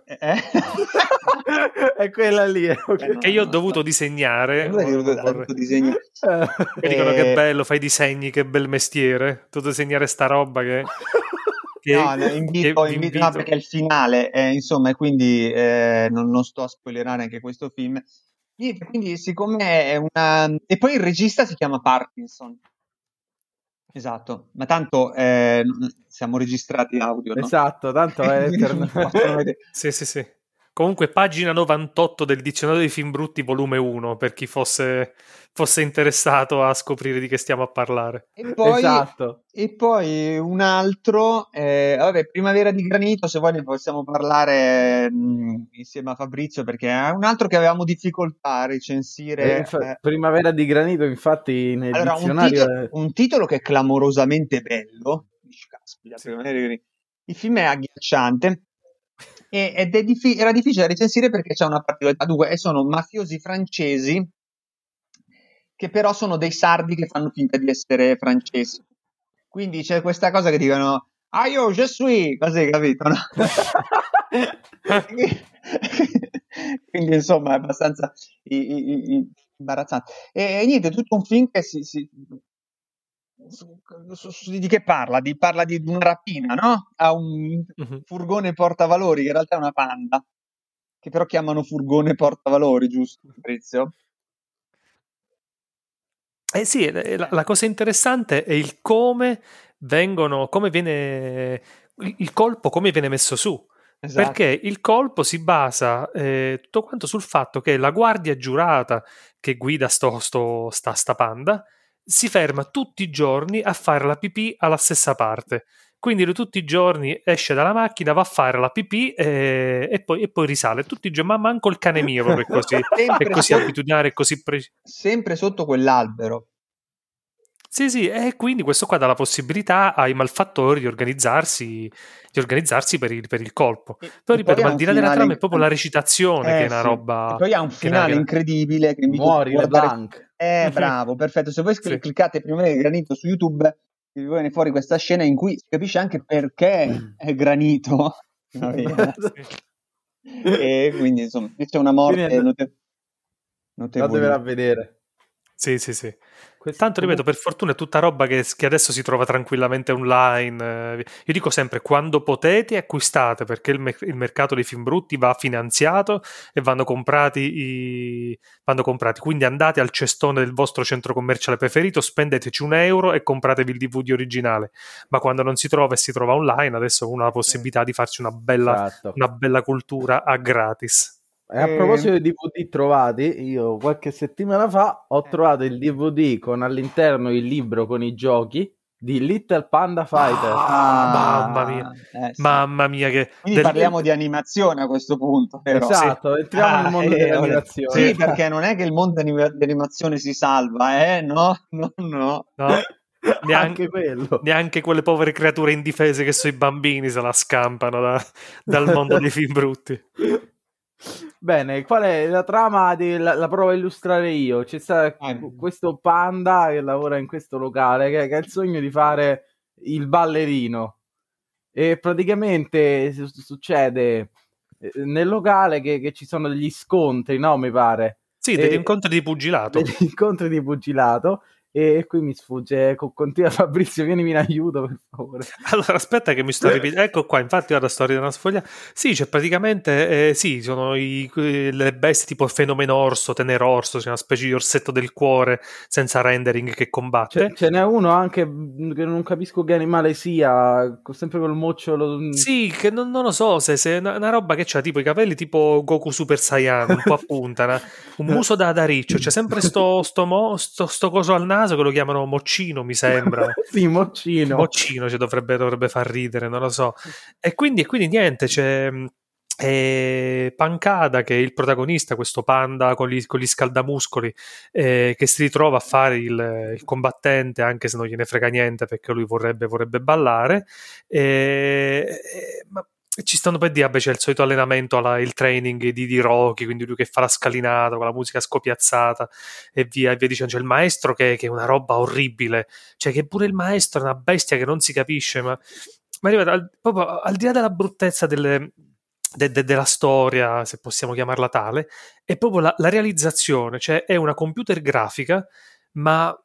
È quella lì. Okay. Che io ho dovuto disegnare. Disegnare. Mi dicono che bello, fai disegni, che bel mestiere. Tu disegnare sta roba che... invito. No, perché è il finale, insomma, e quindi non sto a spoilerare anche questo film. Quindi, siccome è una... E poi il regista si chiama Parkinson. Esatto, ma tanto siamo registrati audio, no? Esatto, tanto è Sì. Comunque pagina 98 del dizionario dei film brutti volume 1 per chi fosse interessato a scoprire di che stiamo a parlare. E poi un altro, Primavera di Granito, se vuoi ne possiamo parlare insieme a Fabrizio, perché è un altro che avevamo difficoltà a recensire. Primavera di Granito, infatti, nel dizionario un titolo che è clamorosamente bello. Il film è agghiacciante. Ed era difficile da recensire perché c'è una particolarità. Dunque, sono mafiosi francesi che però sono dei sardi che fanno finta di essere francesi. Quindi c'è questa cosa che dicono ah io je suis, così, capito? No? Quindi insomma è abbastanza imbarazzante. E niente, tutto un film che di che parla? Parla di una rapina, no? A un furgone portavalori, che in realtà è una panda, che però chiamano furgone portavalori, giusto, Fabrizio? Sì, la cosa interessante è il come viene il colpo, come viene messo su. Esatto. Perché il colpo si basa tutto quanto sul fatto che la guardia giurata che guida sta panda si ferma tutti i giorni a fare la pipì alla stessa parte. Quindi lui tutti i giorni esce dalla macchina, va a fare la pipì e poi risale. Tutti i giorni, ma manco il cane mio proprio così. È così abitudinario, è così preciso. Sempre sotto quell'albero. Sì, e quindi questo qua dà la possibilità ai malfattori di organizzarsi per il colpo. Però ripeto, al di là della trama è proprio la recitazione che è una roba... E poi ha un finale incredibile che muori LeBlanc. Bravo, perfetto. Se voi cliccate Primavera di Granito su YouTube vi viene fuori questa scena in cui si capisce anche perché è granito. E quindi insomma c'è una morte notevole. Fatevela vedere. Sì. Tanto ripeto, per fortuna è tutta roba che adesso si trova tranquillamente online. Io dico sempre, quando potete acquistate, perché il mercato dei film brutti va finanziato e vanno comprati. Quindi andate al cestone del vostro centro commerciale preferito, spendeteci €1 e compratevi il DVD originale. Ma quando non si trova e si trova online, adesso uno ha la possibilità di farci una bella cultura a gratis. E a proposito di DVD trovati, io qualche settimana fa ho trovato il DVD con all'interno il libro con i giochi di Little Panda Fighter. Mamma mia, sì. Mamma mia, che quindi parliamo di animazione a questo punto, però. Esatto, entriamo nel mondo dell'animazione. Sì, perché non è che il mondo dell'animazione si salva, no. Neanche quello. Neanche quelle povere creature indifese che sono i bambini se la scampano dal mondo dei film brutti. Bene, qual è la trama? La provo a illustrare io. C'è stato questo panda che lavora in questo locale che ha il sogno di fare il ballerino, e praticamente succede nel locale che ci sono degli scontri, no? Mi pare. Sì, degli incontri di pugilato. Degli incontri di pugilato. E qui mi sfugge, continua Fabrizio, vienimi in aiuto per favore. Allora aspetta che mi sto ripetendo, ecco qua, infatti ora sto ridendo una sfoglia. Sì, c'è praticamente, sì, sono le bestie tipo fenomeno orso, tenerorso, c'è una specie di orsetto del cuore senza rendering che combatte. Ce n'è uno anche che non capisco che animale sia, sempre col mocciolo. Sì, che non lo so se è una roba che c'ha tipo i capelli tipo Goku Super Saiyan, un po' a punta, un muso da riccio, c'è sempre sto coso al naso che lo chiamano moccino, mi sembra. Sì, moccino ci dovrebbe far ridere, non lo so. E quindi niente, c'è Pancada, che è il protagonista, questo panda con gli scaldamuscoli, che si ritrova a fare il combattente, anche se non gliene frega niente perché lui vorrebbe ballare, ma ci stanno per dire, c'è il solito allenamento, il training di Rocky, quindi lui che fa la scalinata con la musica scopiazzata e via dicendo. C'è il maestro che è una roba orribile, cioè che pure il maestro è una bestia che non si capisce, ma proprio al di là della bruttezza della storia, se possiamo chiamarla tale, è proprio la realizzazione, cioè è una computer grafica, ma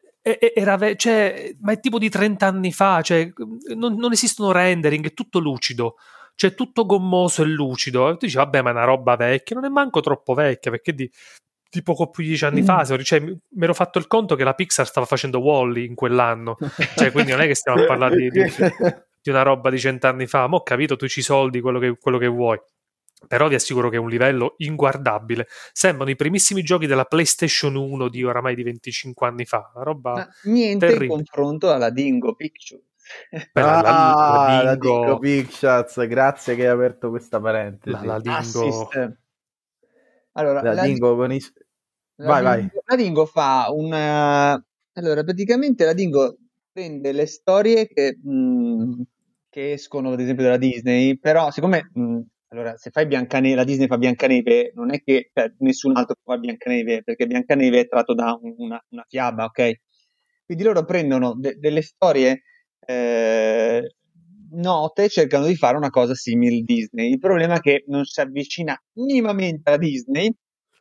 ma è tipo di 30 anni fa, cioè non esistono rendering, è tutto lucido, cioè tutto gommoso e lucido. E tu dici, vabbè, ma è una roba vecchia, non è manco troppo vecchia, perché di poco più di 10 anni fa, cioè, mi ero fatto il conto che la Pixar stava facendo Wall-E in quell'anno, cioè quindi non è che stiamo a parlare di una roba di 100 anni fa. Ma ho capito, tu ci soldi quello che vuoi, però vi assicuro che è un livello inguardabile. Sembrano i primissimi giochi della PlayStation 1 di oramai di 25 anni fa, una roba niente terribile. in confronto alla Dingo Pictures. La Dingo Pictures, grazie che hai aperto questa parentesi. La Dingo. Allora, la Dingo con i... vai. La Dingo fa allora, praticamente la Dingo prende le storie che escono ad esempio dalla Disney, però siccome allora, se fai Biancaneve, la Disney fa Biancaneve, non è che nessun altro fa Biancaneve, perché Biancaneve è tratto da una fiaba, ok? Quindi loro prendono delle storie note, cercano di fare una cosa simile Disney. Il problema è che non si avvicina minimamente alla Disney,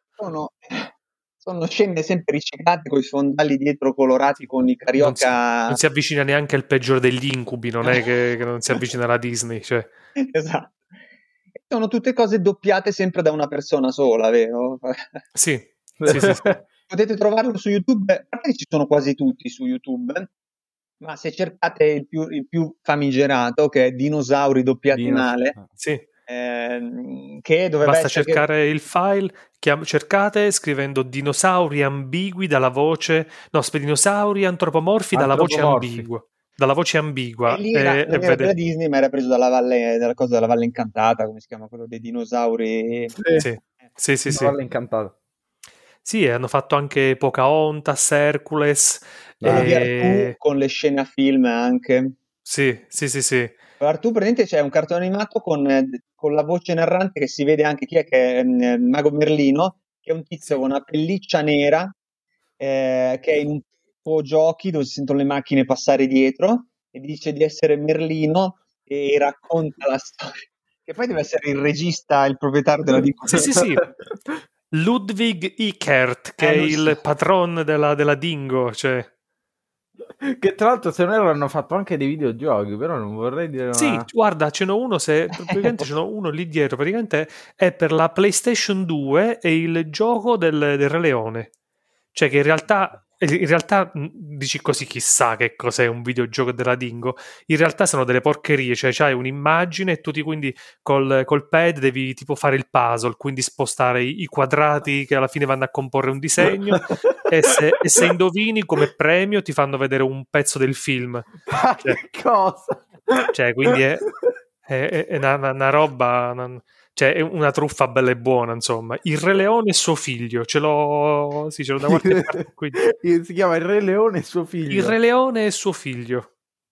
sono scene sempre riciclate con i fondali dietro colorati con i carioca. Non si avvicina neanche al peggiore degli incubi, non è che non si avvicina alla Disney, cioè. Esatto. Sono tutte cose doppiate sempre da una persona sola, vero? Sì. Potete trovarlo su YouTube, ci sono quasi tutti su YouTube, ma se cercate il più famigerato, che è Dinosauri doppiati male, sì. Che dovrebbe basta cercare il file, cercate scrivendo dinosauri ambigui dalla voce, dinosauri antropomorfi dalla voce ambigua. E lì era della Disney, ma era preso dalla Valle Incantata, come si chiama quello dei dinosauri. Sì. Valle Incantata. Sì, hanno fatto anche Pocahontas, Hercules. Artù con le scene a film anche. Sì. Artù, praticamente c'è un cartone animato con la voce narrante che si vede anche chi è, che è il Mago Merlino, che è un tizio con una pelliccia nera, che è in un po' giochi dove si sentono le macchine passare dietro e dice di essere Merlino e racconta la storia. Che poi deve essere il regista, il proprietario della Dingo. Sì. Ludwig Ickert, che è il patron della Dingo, cioè... Che tra l'altro, se non erro, hanno fatto anche dei videogiochi, però non vorrei dire Sì, guarda, ce n'ho uno, praticamente ce n'ho uno lì dietro, praticamente è per la PlayStation 2 e il gioco del Re Leone. Cioè che in realtà dici così, chissà che cos'è un videogioco della Dingo. In realtà sono delle porcherie, cioè c'hai un'immagine e tu quindi col pad devi tipo fare il puzzle, quindi spostare i quadrati che alla fine vanno a comporre un disegno e se indovini come premio ti fanno vedere un pezzo del film. Cioè, che cosa? cioè quindi è una roba... Cioè, è una truffa bella e buona, insomma. Il Re Leone e suo figlio, ce l'ho da qualche parte qui. Si chiama Il Re Leone e suo figlio. Il Re Leone e suo figlio.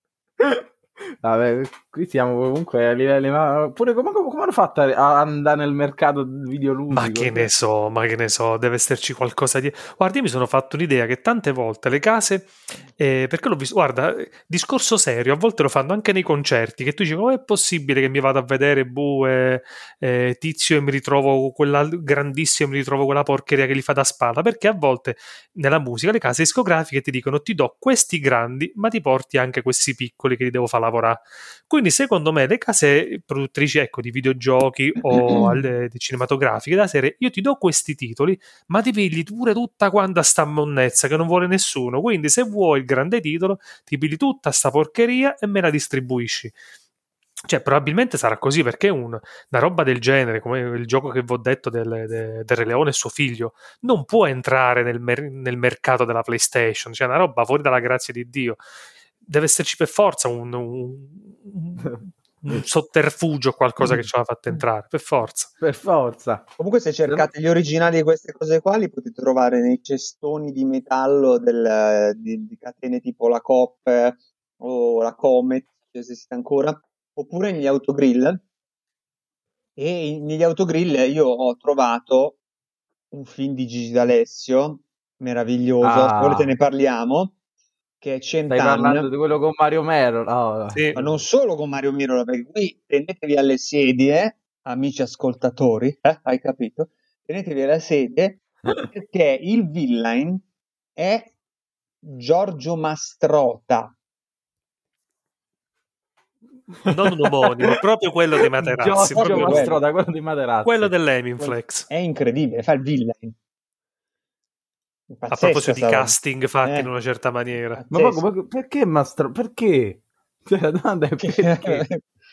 Vabbè, qui siamo comunque a livelli... Ma pure come hanno fatto a andare nel mercato videoludico? Ma che ne so, deve esserci qualcosa di... Guarda, io mi sono fatto un'idea che tante volte le case, perché l'ho visto, guarda, discorso serio, a volte lo fanno anche nei concerti, che tu dici, come è possibile che mi vado a vedere Tizio e mi ritrovo quella grandissima, mi ritrovo quella porcheria che gli fa da spalla, perché a volte nella musica le case discografiche ti dicono ti do questi grandi, ma ti porti anche questi piccoli che li devo far lavorare. Quindi secondo me le case produttrici, ecco, di videogiochi o di cinematografiche da serie, io ti do questi titoli, ma ti pigli pure tutta quanta sta monnezza che non vuole nessuno. Quindi se vuoi il grande titolo, ti pigli tutta sta porcheria e me la distribuisci. Cioè, probabilmente sarà così perché una roba del genere, come il gioco che vi ho detto del Re Leone e suo figlio, non può entrare nel mercato della PlayStation. Cioè, una roba fuori dalla grazia di Dio. Deve esserci per forza un sotterfugio, qualcosa che ce l'ha fatta entrare, per forza. Per forza. Comunque se cercate gli originali di queste cose qua li potete trovare nei cestoni di metallo di catene tipo la Coop o la Comet, se esiste ancora, oppure negli autogrill. E negli autogrill io ho trovato un film di Gigi D'Alessio meraviglioso, se volete ne parliamo, che è Stai parlando Cent'anni. di quello con Mario Mero? No. Sì. Ma non solo con Mario Mirola, perché qui tenetevi alle sedie, amici ascoltatori, hai capito? Tenetevi alle sedie, perché il villain è Giorgio Mastrota. Non un omonimo, proprio quello dei Materassi. Giorgio Proprio Mastrota, quello di Materassi. quello dell'Hemingflex. È incredibile, fa il villain. A proposito di Pazzesca sta roba. casting fatti in una certa maniera. Ma poco, perché Mastro? Perché? Cioè, la domanda è perché?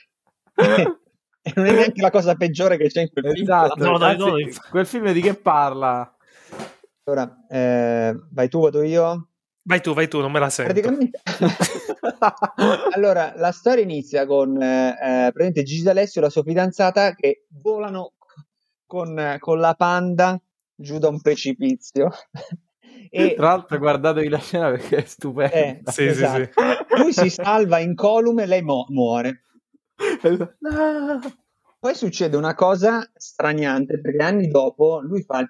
E non è neanche la cosa peggiore che c'è in quel Esatto. film. No, Anzi, quel film di che parla? Allora, vai tu, vado io? Vai tu, non me la sento. Praticamente... Allora, la storia inizia con praticamente Gigi D'Alessio e la sua fidanzata che volano con la Panda giù da un precipizio. E tra l'altro guardatevi la scena perché è stupenda. Sì, esatto. sì. Lui si salva incolume, lei muore. Poi succede una cosa straniante perché anni dopo lui fa il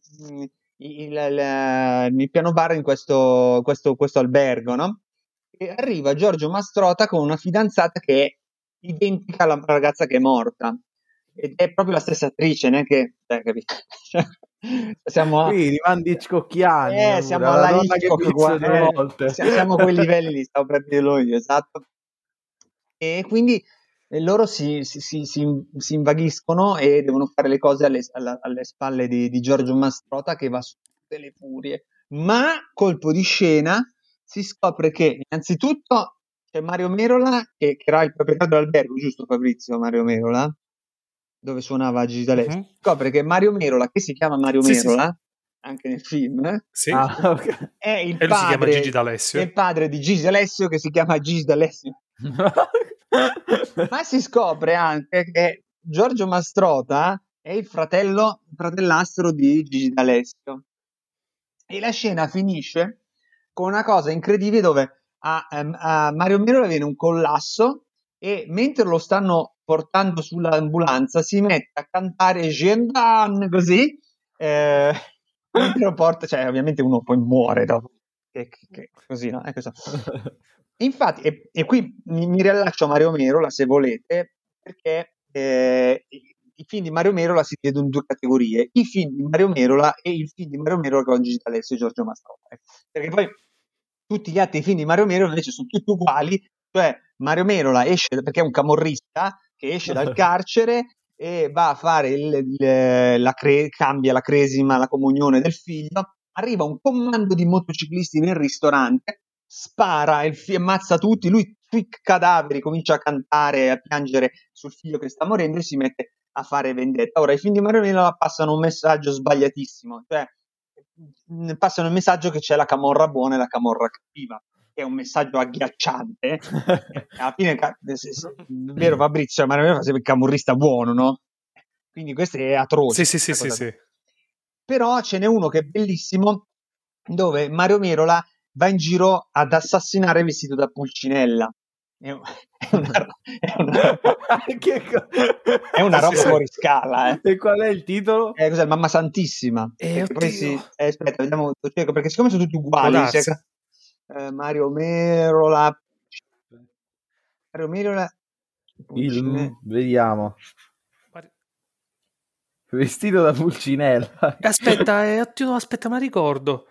piano bar in questo albergo, no? E arriva Giorgio Mastrota con una fidanzata che è identica alla ragazza che è morta. Ed è proprio la stessa attrice, neanche... capito? Siamo qui rimandi Hitchcockiani, siamo alla Hitchcock qua, volte. siamo a quei livelli lì, stavo per dirlo io, esatto. E quindi loro si invaghiscono e devono fare le cose alle spalle di Giorgio Mastrota che va su tutte le furie. Ma, colpo di scena, si scopre che innanzitutto c'è Mario Merola, che era il proprietario dell'albergo, giusto Fabrizio? Mario Merola? Dove suonava Gigi D'Alessio. Uh-huh. Scopre che Mario Merola, che si chiama Mario Merola, anche nel film, okay. è il e lui si chiama Gigi padre, D'Alessio. è il padre di Gigi D'Alessio che si chiama Gigi D'Alessio. Ma si scopre anche che Giorgio Mastrota è il fratellastro di Gigi D'Alessio. E la scena finisce con una cosa incredibile dove a Mario Merola viene un collasso e mentre lo stanno portando sull'ambulanza si mette a cantare Gendan così mentre lo porta, cioè ovviamente uno poi muore dopo così, no? È questo. Infatti, e qui mi riallaccio a Mario Merola se volete, perché i film di Mario Merola si dividono in due categorie: i film di Mario Merola e il film di Mario Merola con Gigi D'Alessio e Giorgio Mastroianni. Perché poi tutti gli altri film di Mario Merola invece sono tutti uguali, cioè Mario Merola esce perché è un camorrista che esce dal carcere e va a fare cambia la cresima, la comunione del figlio, arriva un comando di motociclisti nel ristorante, spara, ammazza tutti, lui sui cadaveri comincia a cantare, a piangere sul figlio che sta morendo e si mette a fare vendetta. Ora, i film di Mario Merola passano un messaggio sbagliatissimo, cioè passano il messaggio che c'è la camorra buona e la camorra cattiva, che è un messaggio agghiacciante. Alla fine, vero Fabrizio, Mario Merola fa sempre il camorrista buono, no? Quindi questo è atroce. Sì. Però ce n'è uno che è bellissimo, dove Mario Merola va in giro ad assassinare vestito da Pulcinella. È una roba fuori scala. E qual è il titolo? Cos'è? Mamma Santissima. Aspetta, vediamo, perché siccome sono tutti uguali, Mario Merola, vediamo. Vestito da Pulcinella. Aspetta, ma ricordo.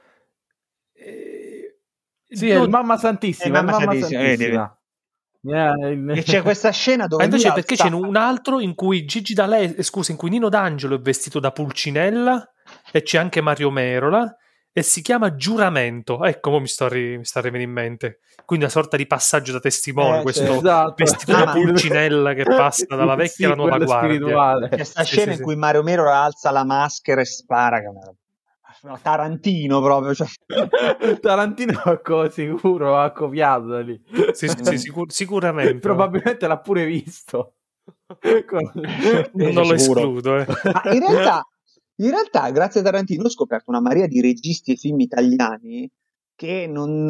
Sì, è il Mamma Santissima. Mamma Santissima. E c'è questa scena dove invece perché c'è un altro in cui in cui Nino D'Angelo è vestito da Pulcinella e c'è anche Mario Merola e si chiama Giuramento. Ecco, mi sta venendo in mente. Quindi una sorta di passaggio da testimone, questo vestito da Pulcinella che passa dalla vecchia alla nuova guardia. C'è questa scena in cui Mario Merola alza la maschera e spara, Tarantino proprio, cioè. Tarantino sicuro ha copiato da lì. Sicuramente probabilmente l'ha pure visto. Non lo escludo. Ma in realtà grazie a Tarantino ho scoperto una marea di registi e film italiani che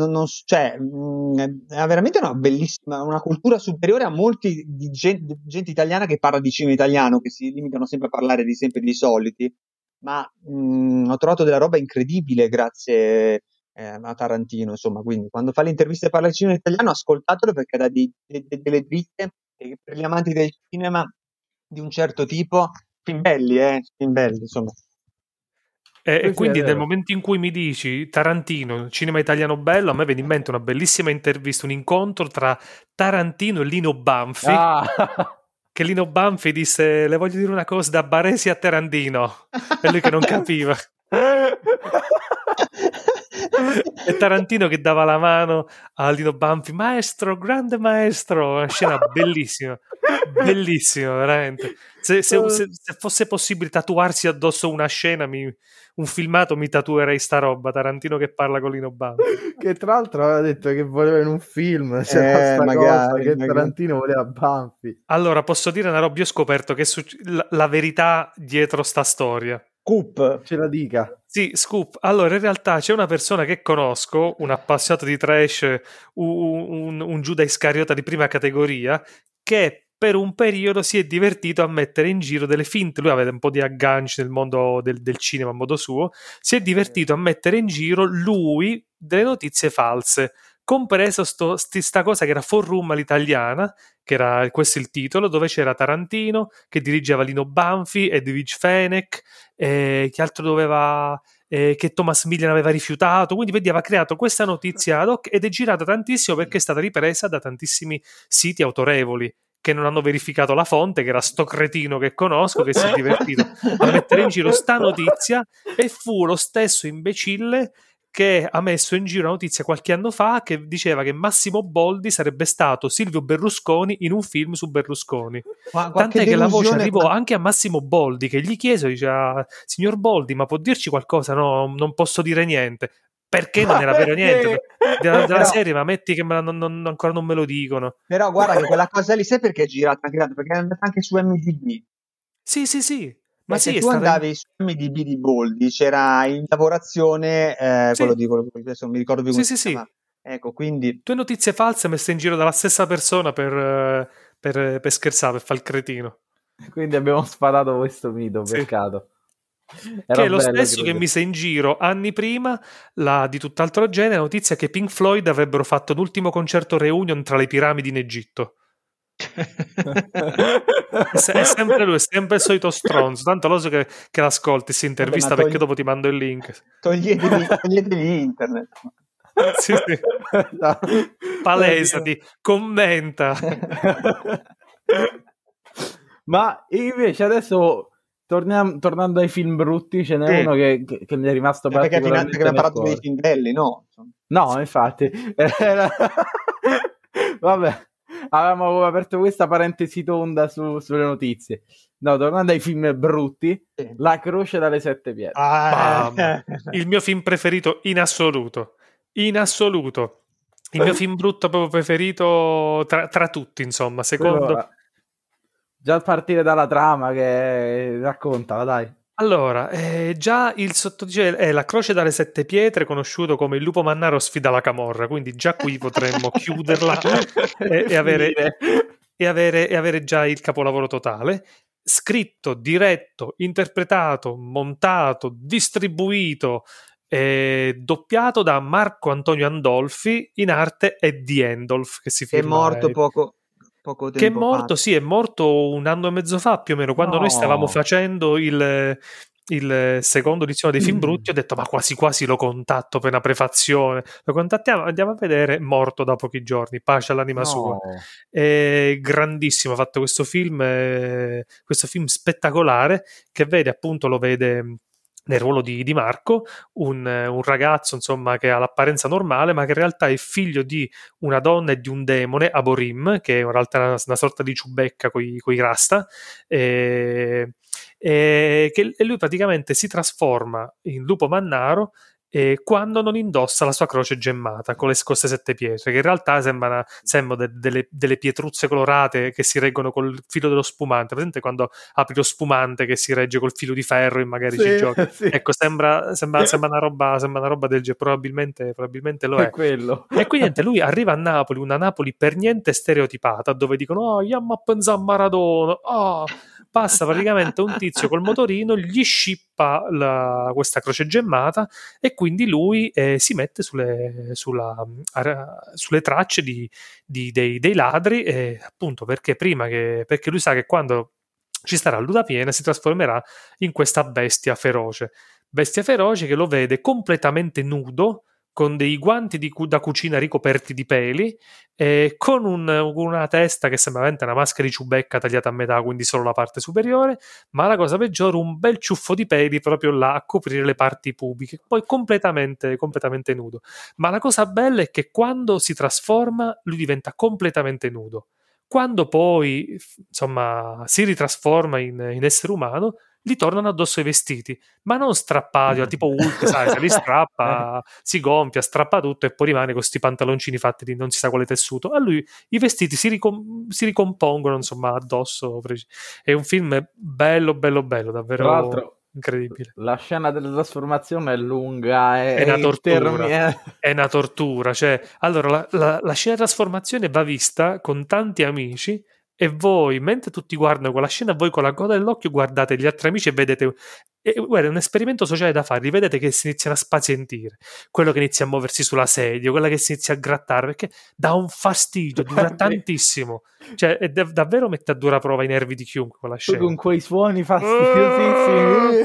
ha veramente una bellissima, una cultura superiore a molti di gente italiana che parla di cinema italiano, che si limitano sempre a parlare dei soliti. Ma ho trovato della roba incredibile grazie a Tarantino, insomma. Quindi quando fa le interviste e parla di cinema italiano, ascoltatelo, perché dà delle dritte, e per gli amanti del cinema di un certo tipo, film belli, insomma. E quindi nel momento in cui mi dici Tarantino, cinema italiano bello, a me viene in mente una bellissima intervista, un incontro tra Tarantino e Lino Banfi. Che Lino Banfi disse: le voglio dire una cosa, da Baresi a Tarantino. E lui che non capiva. E Tarantino che dava la mano a Lino Banfi: maestro, grande maestro. Una scena bellissima, veramente. Se fosse possibile tatuarsi addosso una scena, un filmato, mi tatuerei sta roba, Tarantino che parla con Lino Banfi. Che tra l'altro aveva detto che voleva in un film, magari. Tarantino voleva Banfi. Allora, posso dire una roba, io ho scoperto che la verità dietro sta storia. Scoop, ce la dica. Sì, scoop. Allora, in realtà c'è una persona che conosco, un appassionato di trash, un Giuda Iscariota di prima categoria, che per un periodo si è divertito a mettere in giro delle finte. Lui aveva un po' di agganci nel mondo del cinema a modo suo. Si è divertito a mettere in giro lui delle notizie false, compreso sta cosa che era Forum all'italiana, che era questo il titolo, dove c'era Tarantino che dirigeva Lino Banfi, Edwige Fenech, che altro doveva, che Thomas Millian aveva rifiutato. Quindi vedi, aveva creato questa notizia ad hoc ed è girata tantissimo perché è stata ripresa da tantissimi siti autorevoli che non hanno verificato la fonte, che era sto cretino che conosco, che si è divertito a mettere in giro sta notizia, e fu lo stesso imbecille che ha messo in giro una notizia qualche anno fa che diceva che Massimo Boldi sarebbe stato Silvio Berlusconi in un film su Berlusconi. Tant'è che la voce arrivò anche a Massimo Boldi, che gli chiese, diceva: signor Boldi, ma può dirci qualcosa? No, non posso dire niente. Perché non era vero niente della serie, ma metti che ancora non me lo dicono. Però guarda che quella cosa lì, sai perché è girata perché è andata anche su MDB. Sì. Ma se tu andavi su MDB di Boldi, c'era in lavorazione quello di adesso non mi ricordo più come si chiama. Ecco, quindi 2 notizie false messe in giro dalla stessa persona per scherzare, per fare il cretino. Quindi abbiamo sparato questo mito, peccato. Che è lo stesso che mise in giro anni prima di tutt'altro genere la notizia che Pink Floyd avrebbero fatto l'ultimo concerto reunion tra le piramidi in Egitto. È sempre lui, è sempre il solito stronzo. Tanto lo so che l'ascolti, si intervista, perché dopo ti mando il link. Toglietegli internet. Sì. Palesati, commenta. Ma invece adesso tornando ai film brutti, ce n'è uno che mi è rimasto particolarmente perché abbiamo parlato dei film belli, no? No, infatti. Vabbè, avevamo aperto questa parentesi tonda sulle notizie. No, tornando ai film brutti, La Croce dalle 7 pietre. Il mio film preferito in assoluto. In assoluto. Il mio film brutto proprio preferito tra tutti, insomma, secondo... Già a partire dalla trama, che raccontala, dai. Allora, già il sottotitolo è La Croce dalle 7 pietre, conosciuto come Il lupo mannaro sfida la camorra, quindi già qui potremmo chiuderla e avere già il capolavoro totale. Scritto, diretto, interpretato, montato, distribuito, doppiato da Marco Antonio Andolfi, in arte Eddie Endolf, che si firma. È morto poco tempo che è morto, fa. sì, è morto 1 anno e mezzo fa più o meno, quando noi stavamo facendo il secondo edizione dei film brutti. Ho detto, ma quasi quasi lo contatto per una prefazione, lo contattiamo, andiamo a vedere, morto da pochi giorni, pace all'anima sua. Grandissimo, ha fatto questo film spettacolare, che vede, appunto, lo vede nel ruolo di Marco, un ragazzo, insomma, che ha l'apparenza normale, ma che in realtà è figlio di una donna e di un demone, Aborim, che in realtà è una sorta di ciubecca coi rasta, e lui praticamente si trasforma in lupo mannaro quando non indossa la sua croce gemmata con le scosse 7 pietre, che in realtà sembrano delle pietruzze colorate che si reggono col filo dello spumante. Presente quando apri lo spumante che si regge col filo di ferro e magari ci giochi? Sì. Ecco, sembra una roba del genere, probabilmente lo è. Quello. E quindi niente, lui arriva a Napoli, una Napoli per niente stereotipata, dove dicono andiamo a pensare a Maradona, passa praticamente un tizio col motorino, gli scippa questa croce gemmata, e quindi lui si mette sulle tracce dei ladri, appunto perché lui sa che quando ci starà luna piena si trasformerà in questa bestia feroce che lo vede completamente nudo, con dei guanti da cucina ricoperti di peli, con una testa che sembra veramente una maschera di ciubecca tagliata a metà, quindi solo la parte superiore, ma la cosa peggiore, un bel ciuffo di peli proprio là a coprire le parti pubiche, poi completamente nudo. Ma la cosa bella è che quando si trasforma lui diventa completamente nudo. Quando poi, insomma, si ritrasforma in essere umano, gli tornano addosso i vestiti, ma non strappati, tipo Hulk, sai, se li strappa, si gonfia, strappa tutto e poi rimane con questi pantaloncini fatti di non si sa quale tessuto. A lui i vestiti si ricompongono, insomma, addosso. È un film bello, davvero. Tra l'altro, incredibile. La scena della trasformazione è lunga, è una tortura. È una tortura. Cioè, allora, la scena di trasformazione va vista con tanti amici, e voi, mentre tutti guardano quella scena, voi con la coda dell'occhio guardate gli altri amici e vedete, guarda, è un esperimento sociale da fare, vedete che si iniziano a spazientire, quello che inizia a muoversi sulla sedia, quella che si inizia a grattare, perché dà un fastidio, dura tantissimo, cioè davvero mette a dura prova i nervi di chiunque quella scena. Con quei suoni fastidiosissimi.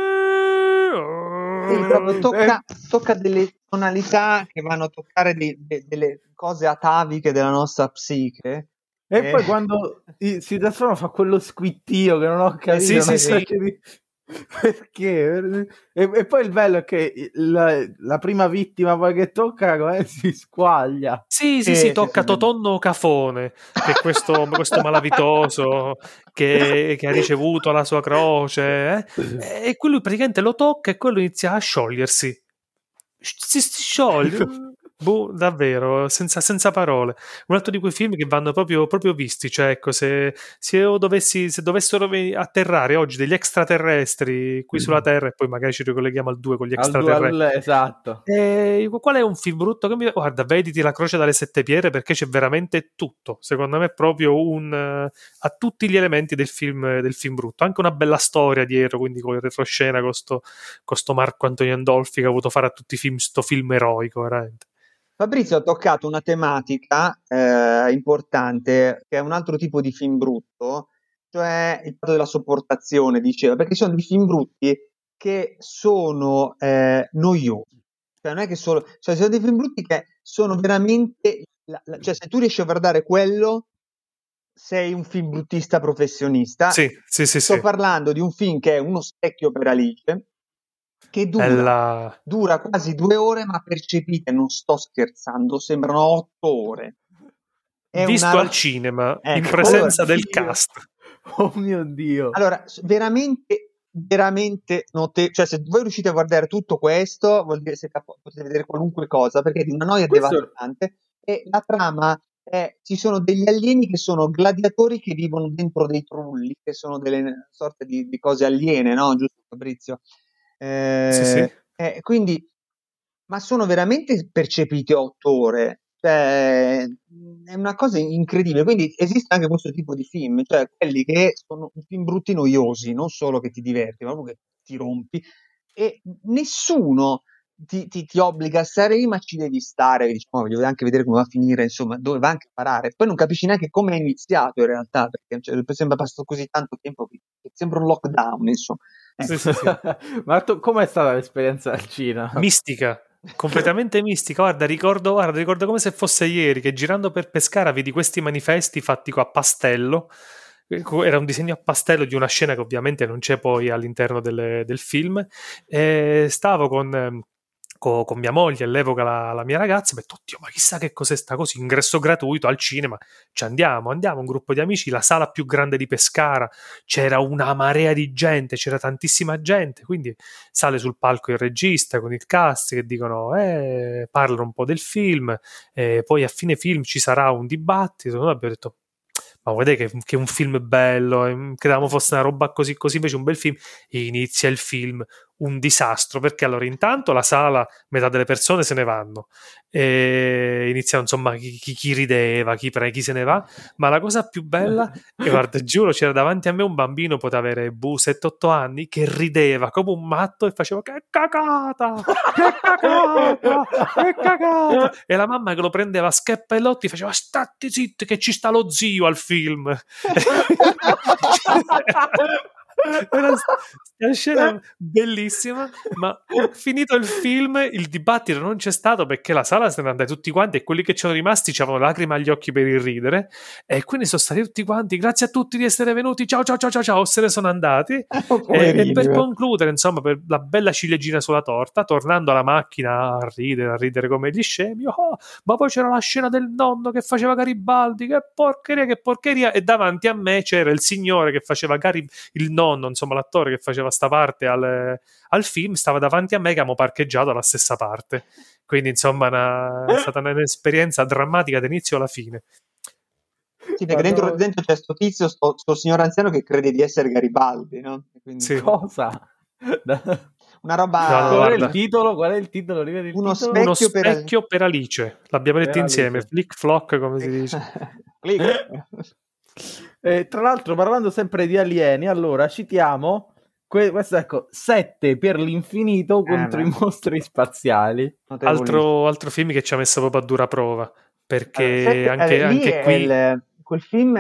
Tocca delle tonalità che vanno a toccare delle cose ataviche della nostra psiche. E poi quando si trasforma fa quello squittio che non ho capito. Sì. Perché? E poi il bello è che la prima vittima poi che tocca si squaglia. Sì, tocca Totonno Cafone, che è questo malavitoso che ha ricevuto la sua croce, e quello praticamente lo tocca e quello inizia a sciogliersi. Si scioglie. Davvero, senza parole. Un altro di quei film che vanno proprio visti. Cioè, ecco, se dovessero atterrare oggi degli extraterrestri qui sulla Terra, e poi magari ci ricolleghiamo al 2 con gli extraterrestri. Esatto. Qual è un film brutto? Guarda, vediti La Croce dalle 7 pietre, perché c'è veramente tutto. Secondo me è proprio ha tutti gli elementi del film brutto. Anche una bella storia dietro, quindi con il retroscena con sto Marco Antonio Andolfi che ha voluto fare a tutti i film sto film eroico, veramente. Fabrizio ha toccato una tematica importante, che è un altro tipo di film brutto, cioè il fatto della sopportazione, diceva, perché ci sono dei film brutti che sono noiosi. Cioè, non è che solo, cioè, ci sono dei film brutti che sono veramente, cioè, se tu riesci a guardare quello, sei un film bruttista professionista. Sì, sì, sì, Sto sì. parlando di un film che è Uno specchio per Alice, che È dura quasi 2 ore, ma percepite, non sto scherzando, sembrano 8 ore. È una visto al ro- cinema, in Ecco, allora, presenza del Dio. cast. Oh mio Dio. allora, veramente, veramente cioè, se voi riuscite a guardare tutto questo, vuol dire che potete vedere qualunque cosa, perché è di una noia Questo devastante, e la trama è, ci sono degli alieni che sono gladiatori che vivono dentro dei trulli, che sono delle sorte di cose aliene, no? Giusto, Fabrizio? Sì, sì. Quindi, ma sono veramente percepite 8 ore. Cioè, è una cosa incredibile. Quindi esiste anche questo tipo di film, cioè quelli che sono film brutti noiosi, non solo che ti diverti, ma proprio che ti rompi. E nessuno ti obbliga a stare lì, ma ci devi stare. Diciamo, voglio anche vedere come va a finire, insomma, dove va anche a parare. Poi non capisci neanche come è iniziato in realtà, perché cioè, sembra passato così tanto tempo che sembra un lockdown, insomma. Sì, Ecco. sì, sì. Ma com'è stata l'esperienza al cinema? Mistica, completamente mistica. Guarda, ricordo come se fosse ieri che girando per Pescara vidi questi manifesti fatti a pastello. Era un disegno a pastello di una scena che ovviamente non c'è poi all'interno del film. E stavo con mia moglie, all'epoca la mia ragazza, e ho detto, oddio, ma chissà che cos'è sta cosa, ingresso gratuito al cinema, ci andiamo, un gruppo di amici, la sala più grande di Pescara, c'era una marea di gente, c'era tantissima gente, quindi sale sul palco il regista con il cast che dicono, parlano un po' del film, poi a fine film ci sarà un dibattito. Noi abbiamo detto, ma vedete che è un film bello, credevamo fosse una roba così così, invece un bel film. E inizia il film, un disastro, perché allora intanto la sala, metà delle persone se ne vanno, e iniziano insomma chi rideva, chi se ne va, ma la cosa più bella, e guarda, giuro, c'era davanti a me un bambino, poteva avere 7-8 anni, che rideva come un matto e faceva che cagata, che cagata, che cagata, e la mamma che lo prendeva a scappellotti faceva statti zitti che ci sta lo zio al film. Era una scena bellissima, ma finito il film il dibattito non c'è stato perché la sala se ne andai tutti quanti e quelli che c'erano rimasti avevano lacrime agli occhi per il ridere, e quindi sono stati tutti quanti, grazie a tutti di essere venuti, ciao ciao ciao ciao ciao, se ne sono andati. E per concludere, insomma, per la bella ciliegina sulla torta, tornando alla macchina a ridere come gli scemi, ma poi c'era la scena del nonno che faceva Garibaldi, che porcheria, e davanti a me c'era il signore che faceva il nonno, insomma l'attore che faceva sta parte al film, stava davanti a me che abbiamo parcheggiato alla stessa parte, quindi insomma è stata un'esperienza drammatica dall'inizio alla fine. Sì, perché dentro c'è sto tizio, sto signor anziano che crede di essere Garibaldi, no? Quindi, Sì. Cosa? una roba... No, Qual è guarda. il titolo? Qual è il titolo? Ripeti il Uno titolo? Uno specchio specchio per Alice, l'abbiamo detto Per insieme, Alice. flick flock come si dice. Tra l'altro, parlando sempre di alieni, allora citiamo questo, ecco, 7 per l'infinito contro i mostri spaziali. Altro film che ci ha messo proprio a dura prova, perché anche qui quel film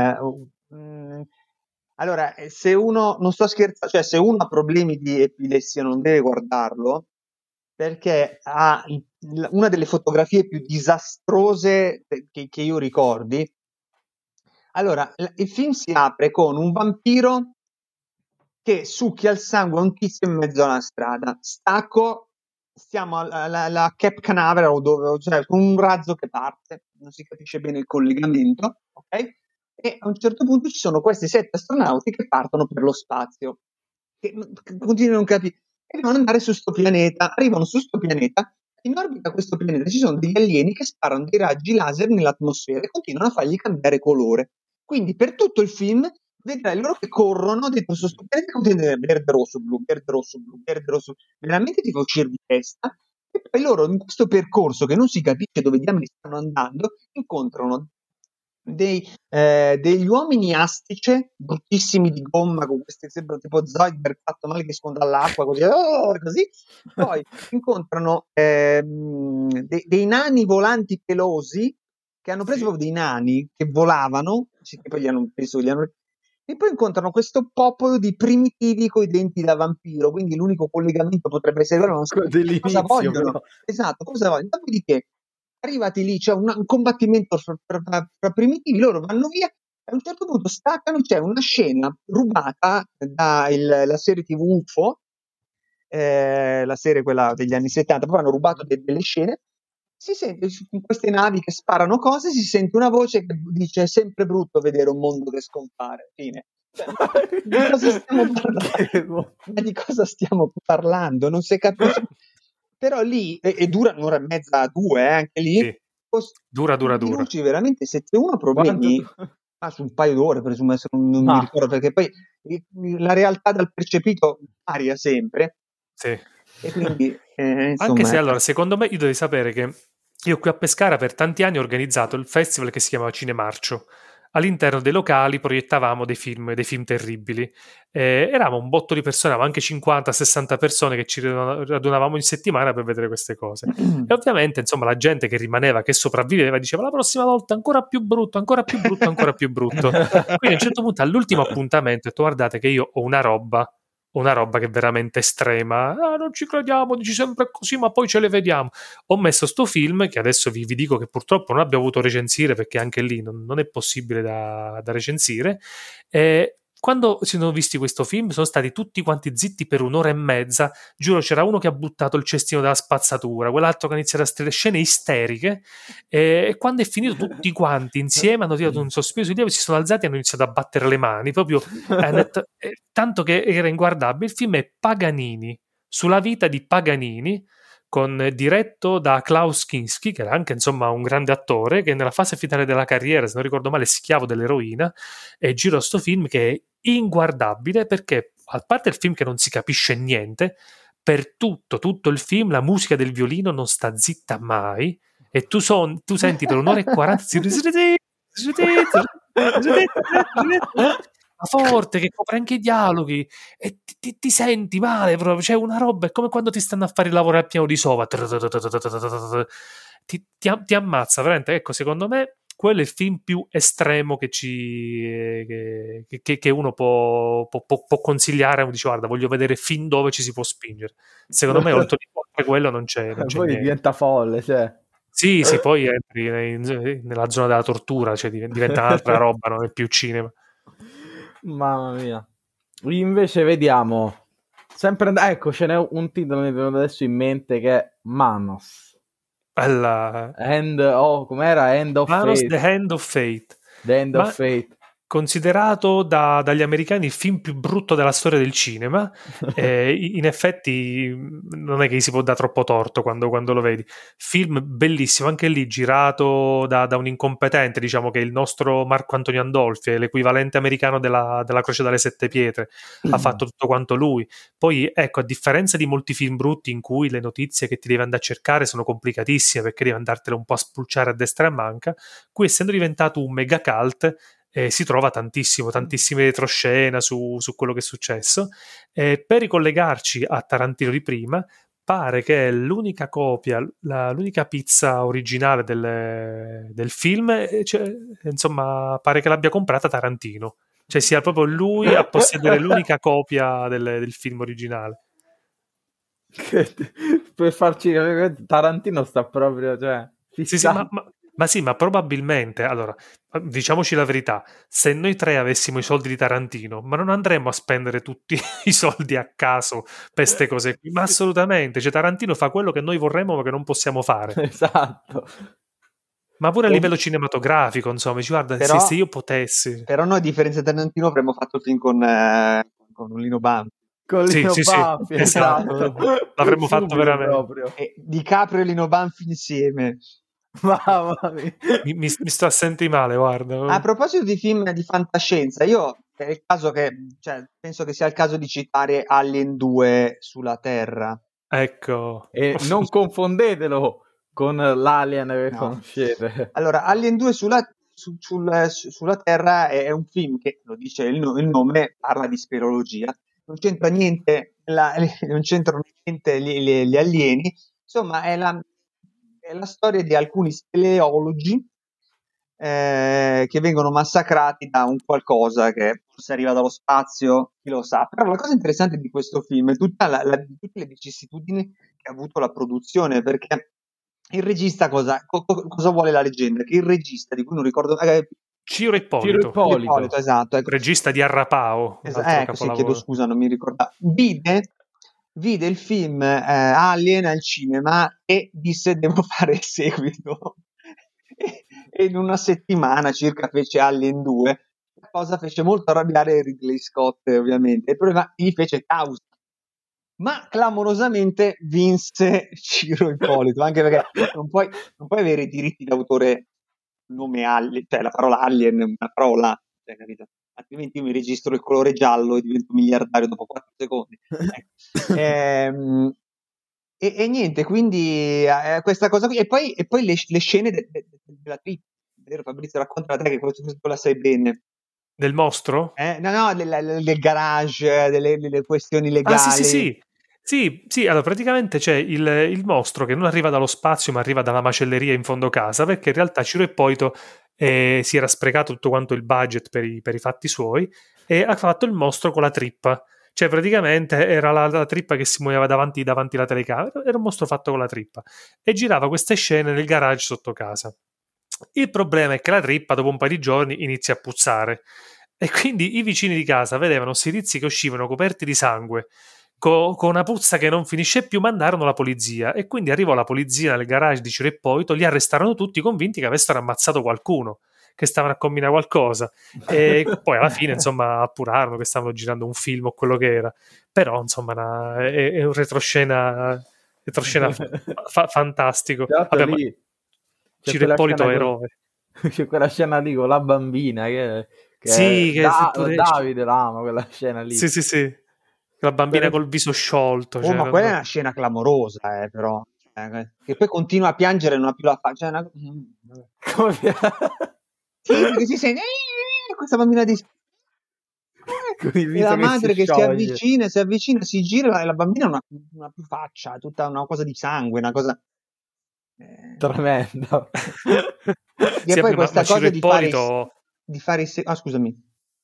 allora, se uno non sto scherzando, cioè se uno ha problemi di epilessia non deve guardarlo, perché ha una delle fotografie più disastrose che io ricordi. Allora, il film si apre con un vampiro che succhia il sangue a un tizio in mezzo alla strada. Stiamo alla Cape Canaveral, cioè con un razzo che parte, non si capisce bene il collegamento, ok? E a un certo punto ci sono questi 7 astronauti che partono per lo spazio, che continuano a non capire, e devono andare su sto pianeta. Arrivano su sto pianeta, in orbita a questo pianeta ci sono degli alieni che sparano dei raggi laser nell'atmosfera e continuano a fargli cambiare colore. Quindi per tutto il film vedrai loro che corrono dentro questo pianeta con verde, rosso, blu, verde, rosso, blu, verde, rosso, veramente ti fa uscire di testa. E poi loro in questo percorso che non si capisce dove diamine stanno andando incontrano degli uomini astice, bruttissimi di gomma, con questi sembrano tipo Zoidberg fatto male che sconda all'acqua, così. Poi incontrano dei nani volanti pelosi che hanno preso proprio dei nani che volavano, che poi e poi incontrano questo popolo di primitivi coi denti da vampiro, quindi l'unico collegamento potrebbe essere quello, non so cosa vogliono. Però. Esatto, cosa vogliono. Dopodiché, arrivati lì, c'è un combattimento fra primitivi, loro vanno via, e a un certo punto staccano, c'è una scena rubata la serie TV UFO, la serie quella degli anni 70, poi hanno rubato delle scene, si sente in queste navi che sparano cose, si sente una voce che dice: è sempre brutto vedere un mondo che scompare. Fine. Di cosa stiamo parlando? Ma di cosa stiamo parlando? Non si capisce. Però lì, e dura un'ora e mezza, 2, anche lì, Sì. Dura. Luci, veramente, se uno ha problemi, su un paio d'ore, presumo, non mi ricordo, perché poi la realtà dal percepito varia sempre. Sì. E quindi, anche se allora, secondo me, io devi sapere che io qui a Pescara per tanti anni ho organizzato il festival che si chiamava Cinemarcio. All'interno dei locali proiettavamo dei film terribili. Eravamo un botto di persone, ma anche 50-60 persone che ci radunavamo in settimana per vedere queste cose. E ovviamente, insomma, la gente che rimaneva, che sopravviveva, diceva: la prossima volta ancora più brutto, ancora più brutto, ancora più brutto. Quindi a un certo punto, all'ultimo appuntamento, ho detto: guardate che io ho una roba che è veramente estrema. Non ci crediamo, dici sempre così, ma poi ce le vediamo. Ho messo sto film che adesso vi dico che purtroppo non abbiamo voluto recensire, perché anche lì non è possibile da recensire. Quando si sono visti questo film sono stati tutti quanti zitti per un'ora e mezza. Giuro, c'era uno che ha buttato il cestino della spazzatura, quell'altro che ha iniziato a stare scene isteriche, e quando è finito tutti quanti insieme hanno tirato un sospiro sui lieve, si sono alzati e hanno iniziato a battere le mani proprio, tanto che era inguardabile. Il film è Paganini, sulla vita di Paganini, diretto da Klaus Kinski, che era anche insomma un grande attore, che nella fase finale della carriera, se non ricordo male, schiavo dell'eroina, e girò sto film che è inguardabile, perché a parte il film che non si capisce niente, per tutto il film la musica del violino non sta zitta mai, e tu senti per un'ora e 40 forte che copre anche i dialoghi, e ti senti male proprio. C'è una roba, è come quando ti stanno a fare il lavoro al piano di sopra, ti ammazza veramente. Ecco, secondo me quello è il film più estremo che uno può consigliare. Uno dice: guarda, voglio vedere fin dove ci si può spingere. Secondo me oltre quello non c'è poi niente. diventa folle, cioè. Sì, poi entri nella zona della tortura, cioè diventa un'altra roba, non è più cinema. Mamma mia. Invece vediamo, sempre, ecco, ce n'è un titolo che mi è venuto adesso in mente, che è Manos. Com'era? End of Manos, Fate. The Hand of Fate. The End of Fate. Considerato dagli americani il film più brutto della storia del cinema, in effetti non è che gli si può dare troppo torto quando lo vedi. Film bellissimo, anche lì girato da un incompetente, diciamo, che è il nostro Marco Antonio Andolfi, è l'equivalente americano della Croce dalle Sette Pietre. Ha fatto tutto quanto lui. Poi, ecco, a differenza di molti film brutti in cui le notizie che ti devi andare a cercare sono complicatissime, perché devi andartele un po' a spulciare a destra e a manca, qui, essendo diventato un mega cult, si trova tantissime retroscena su quello che è successo. Per ricollegarci a Tarantino di prima, pare che l'unica copia, l'unica pizza originale del film, insomma, pare che l'abbia comprata Tarantino, cioè sia proprio lui a possedere l'unica copia del film originale. Per farci capire, Tarantino sta proprio, cioè, sì, ma probabilmente, allora, diciamoci la verità, se noi tre avessimo i soldi di Tarantino, ma non andremmo a spendere tutti i soldi a caso per queste cose qui, ma assolutamente, cioè Tarantino fa quello che noi vorremmo ma che non possiamo fare. Esatto. Ma pure a livello cinematografico, insomma, guarda, però, se io potessi. Però noi, a differenza di Tarantino, avremmo fatto il film con Lino Banfi. Con Lino Banfi, esatto. L'avremmo fatto veramente. Proprio. E DiCaprio e Lino Banfi insieme. Mamma mia. Mi sto a sentire male, guarda. A proposito di film di fantascienza, io è il caso penso che sia il caso di citare Alien 2 sulla Terra. Ecco. E non confondetelo con l'Alien che conoscete. Allora, Alien 2 sulla sulla Terra è un film che, lo dice il nome, parla di speleologia, non c'entra niente, non c'entrano niente gli alieni, insomma è la storia di alcuni speleologi che vengono massacrati da un qualcosa che forse arriva dallo spazio, chi lo sa. Però la cosa interessante di questo film è tutte le vicissitudini che ha avuto la produzione, perché il regista cosa vuole la leggenda? Che il regista, di cui non ricordo... Ciro Ippolito, Ippolito. Esatto. Ecco. Regista di Arrapao, un altro Ecco, sì, chiedo scusa, non mi ricordavo. Vide il film Alien al cinema e disse devo fare il seguito. E in una settimana circa fece Alien 2, la cosa fece molto arrabbiare Ridley Scott, ovviamente. Il problema gli fece causa, ma clamorosamente vinse Ciro Ippolito, anche perché non puoi avere i diritti d'autore nome Alien, cioè la parola Alien è una parola, cioè, capito? Altrimenti io mi registro il colore giallo e divento miliardario dopo 4 secondi. E niente, quindi questa cosa qui, e poi le scene della trip, vero Fabrizio, racconta te che questo la sai bene. Del mostro? No, del garage, delle questioni legali. Ah, sì, allora praticamente c'è il mostro che non arriva dallo spazio ma arriva dalla macelleria in fondo casa, perché in realtà Ciro Ippolito si era sprecato tutto quanto il budget per i fatti suoi e ha fatto il mostro con la trippa. Cioè praticamente era la trippa che si muoveva davanti alla telecamera, era un mostro fatto con la trippa e girava queste scene nel garage sotto casa. Il problema è che la trippa dopo un paio di giorni inizia a puzzare e quindi i vicini di casa vedevano questi tizi che uscivano coperti di sangue con una puzza che non finisce più, mandarono la polizia e quindi arrivò la polizia nel garage di Ciro Ippolito, li arrestarono tutti convinti che avessero ammazzato qualcuno, che stavano a combinare qualcosa e poi alla fine insomma appurarono che stavano girando un film o quello che era, però insomma è un retroscena fantastico. Vabbè, lì Ciro Ippolito eroe. C'è quella scena lì con la bambina che sì, che Davide l'ama quella scena lì. Sì. La bambina col viso sciolto. Ma quella è una scena clamorosa, però. Che poi continua a piangere e non ha più la faccia. Come che si sente questa bambina di e la madre che si avvicina, si gira e la bambina non ha più faccia, è tutta una cosa di sangue, una cosa tremenda. E poi questa cosa di fare scusami.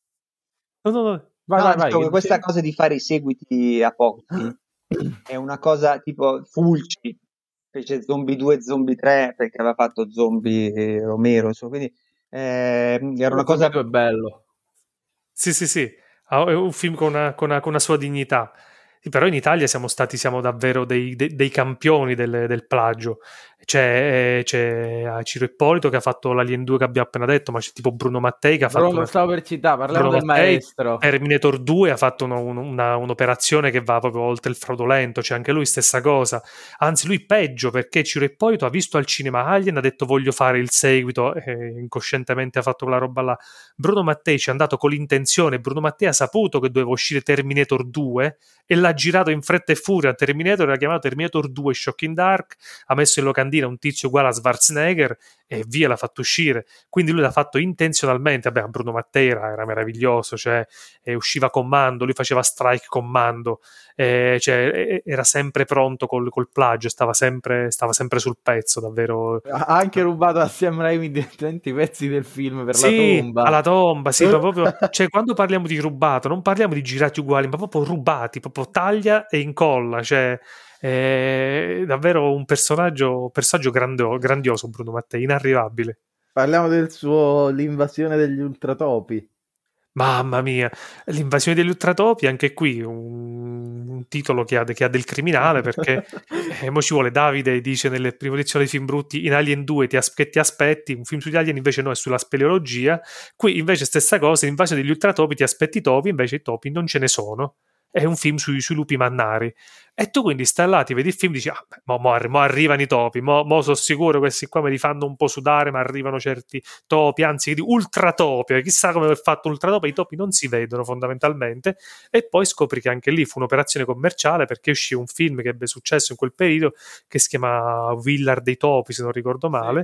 No. Vai, questa cosa di fare i seguiti apposta è una cosa tipo Fulci fece Zombie 2 Zombie 3 perché aveva fatto Zombie Romero, insomma, quindi era una cosa bello. Sì, è un film con una sua dignità. Però in Italia siamo davvero dei campioni del plagio. C'è Ciro Ippolito che ha fatto l'Alien 2 che abbiamo appena detto, ma c'è tipo Bruno Mattei che ha fatto stavo per citare, parliamo del maestro. Terminator 2 ha fatto un'operazione che va proprio oltre il fraudolento, cioè anche lui stessa cosa, anzi lui peggio, perché Ciro Ippolito ha visto al cinema Alien, ha detto voglio fare il seguito e incoscientemente ha fatto quella roba là. Bruno Mattei ci è andato con l'intenzione, Bruno Mattei ha saputo che doveva uscire Terminator 2 e l'ha girato in fretta e furia. Terminator era chiamato Terminator 2 Shocking Dark, ha messo in locandina un tizio uguale a Schwarzenegger e via, l'ha fatto uscire. Quindi lui l'ha fatto intenzionalmente. Vabbè, Bruno Mattei era meraviglioso, cioè usciva Commando, lui faceva Strike Commando, cioè era sempre pronto col plagio, stava sempre sul pezzo, davvero. Ha anche rubato a Sam Raimi 20 pezzi del film per la tomba. Alla tomba, sì, ma proprio, cioè quando parliamo di rubato non parliamo di girati uguali, ma proprio rubati, proprio taglia e incolla, cioè davvero un personaggio grandioso Bruno Mattei, inarrivabile. Parliamo del suo L'invasione degli ultratopi. Mamma mia, l'invasione degli ultratopi, anche qui un titolo che ha del criminale, perché mo ci vuole. Davide dice nelle prime edizioni di Film Brutti in Alien 2 che ti aspetti, un film sugli alien invece no, è sulla speleologia. Qui invece stessa cosa, l'invasione degli ultratopi, ti aspetti i topi, invece i topi non ce ne sono. È un film sui lupi mannari. E tu quindi stai là, ti vedi il film e dici mo arrivano i topi, mo sono sicuro questi qua me li fanno un po' sudare, ma arrivano certi topi, anzi di ultratopi, chissà come è fatto ultratopi, i topi non si vedono fondamentalmente. E poi scopri che anche lì fu un'operazione commerciale, perché uscì un film che ebbe successo in quel periodo che si chiama Willard dei topi, se non ricordo male,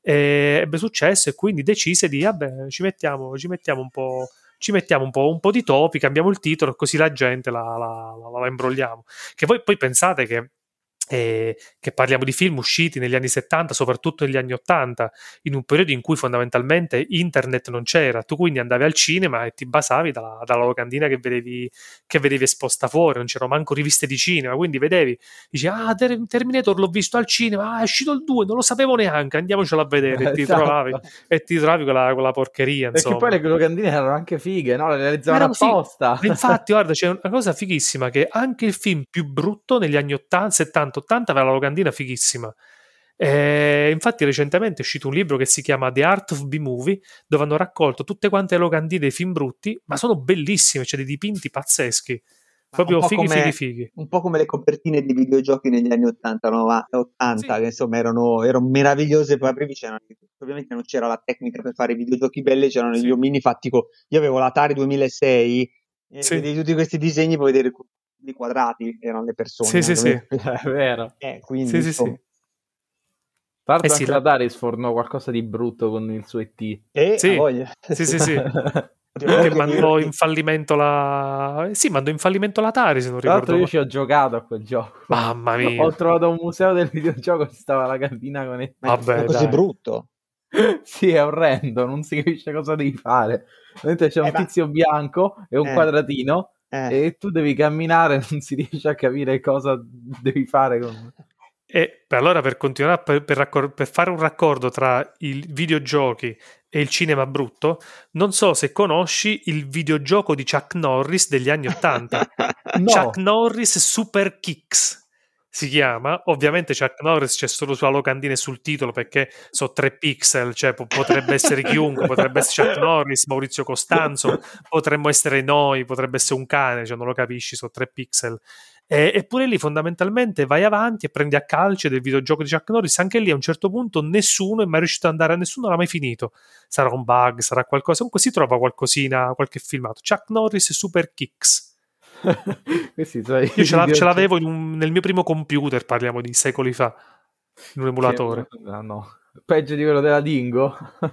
ebbe successo e quindi decise di vabbè, ci mettiamo un po' di topi, cambiamo il titolo, così la gente la imbrogliamo. Che voi poi pensate che parliamo di film usciti negli anni 70, soprattutto negli anni 80, in un periodo in cui fondamentalmente internet non c'era. Tu quindi andavi al cinema e ti basavi dalla locandina che vedevi esposta fuori, non c'erano manco riviste di cinema, quindi vedevi, dici Terminator l'ho visto al cinema, è uscito il 2, non lo sapevo neanche, andiamocelo a vedere, e ti trovavi quella porcheria, insomma. Perché poi le locandine erano anche fighe, no? Le realizzavano apposta. Infatti, guarda, c'è una cosa fighissima, che anche il film più brutto negli anni 80, 70, 80 aveva la locandina fighissima. Infatti recentemente è uscito un libro che si chiama The Art of B-Movie, dove hanno raccolto tutte quante le locandine dei film brutti, ma sono bellissime, c'è dei dipinti pazzeschi, proprio fighi. Un po' come le copertine dei videogiochi negli anni 80, 80 sì. Che insomma erano meravigliose. Poi ovviamente non c'era la tecnica per fare i videogiochi belli, c'erano gli omini fatti io avevo l'Atari 2006 e vedevi tutti questi disegni, puoi vedere i quadrati erano le persone. Sì. È vero. Quindi sì. Tra l'altro anche l'Atari sfornò qualcosa di brutto con il suo ET. Sì. Che mandò in fallimento mandò in fallimento l'Atari, se non ricordo. Tra l'altro io ci ho giocato a quel gioco. Mamma mia. Ho trovato un museo del videogioco, ci stava la cabina con ET. Vabbè, è così brutto. Sì, è orrendo, non si capisce cosa devi fare. C'è un tizio bianco e un quadratino e tu devi camminare, non si riesce a capire cosa devi fare con... E allora, per continuare, per fare un raccordo tra i videogiochi e il cinema brutto, non so se conosci il videogioco di Chuck Norris degli anni 80. No. Chuck Norris Super Kicks si chiama. Ovviamente Chuck Norris c'è solo sulla locandina e sul titolo, perché sono 3 pixel, cioè potrebbe essere chiunque, potrebbe essere Chuck Norris, Maurizio Costanzo, potremmo essere noi, potrebbe essere un cane, cioè non lo capisci, sono 3 pixel. Eppure lì fondamentalmente vai avanti e prendi a calce del videogioco di Chuck Norris. Anche lì a un certo punto nessuno è mai riuscito ad andare, nessuno l'ha mai finito. Sarà un bug, sarà qualcosa, comunque si trova qualcosina, qualche filmato. Chuck Norris Super Kicks. Io ce l'avevo nel mio primo computer, parliamo di secoli fa, in un emulatore. No. Peggio di quello della Dingo?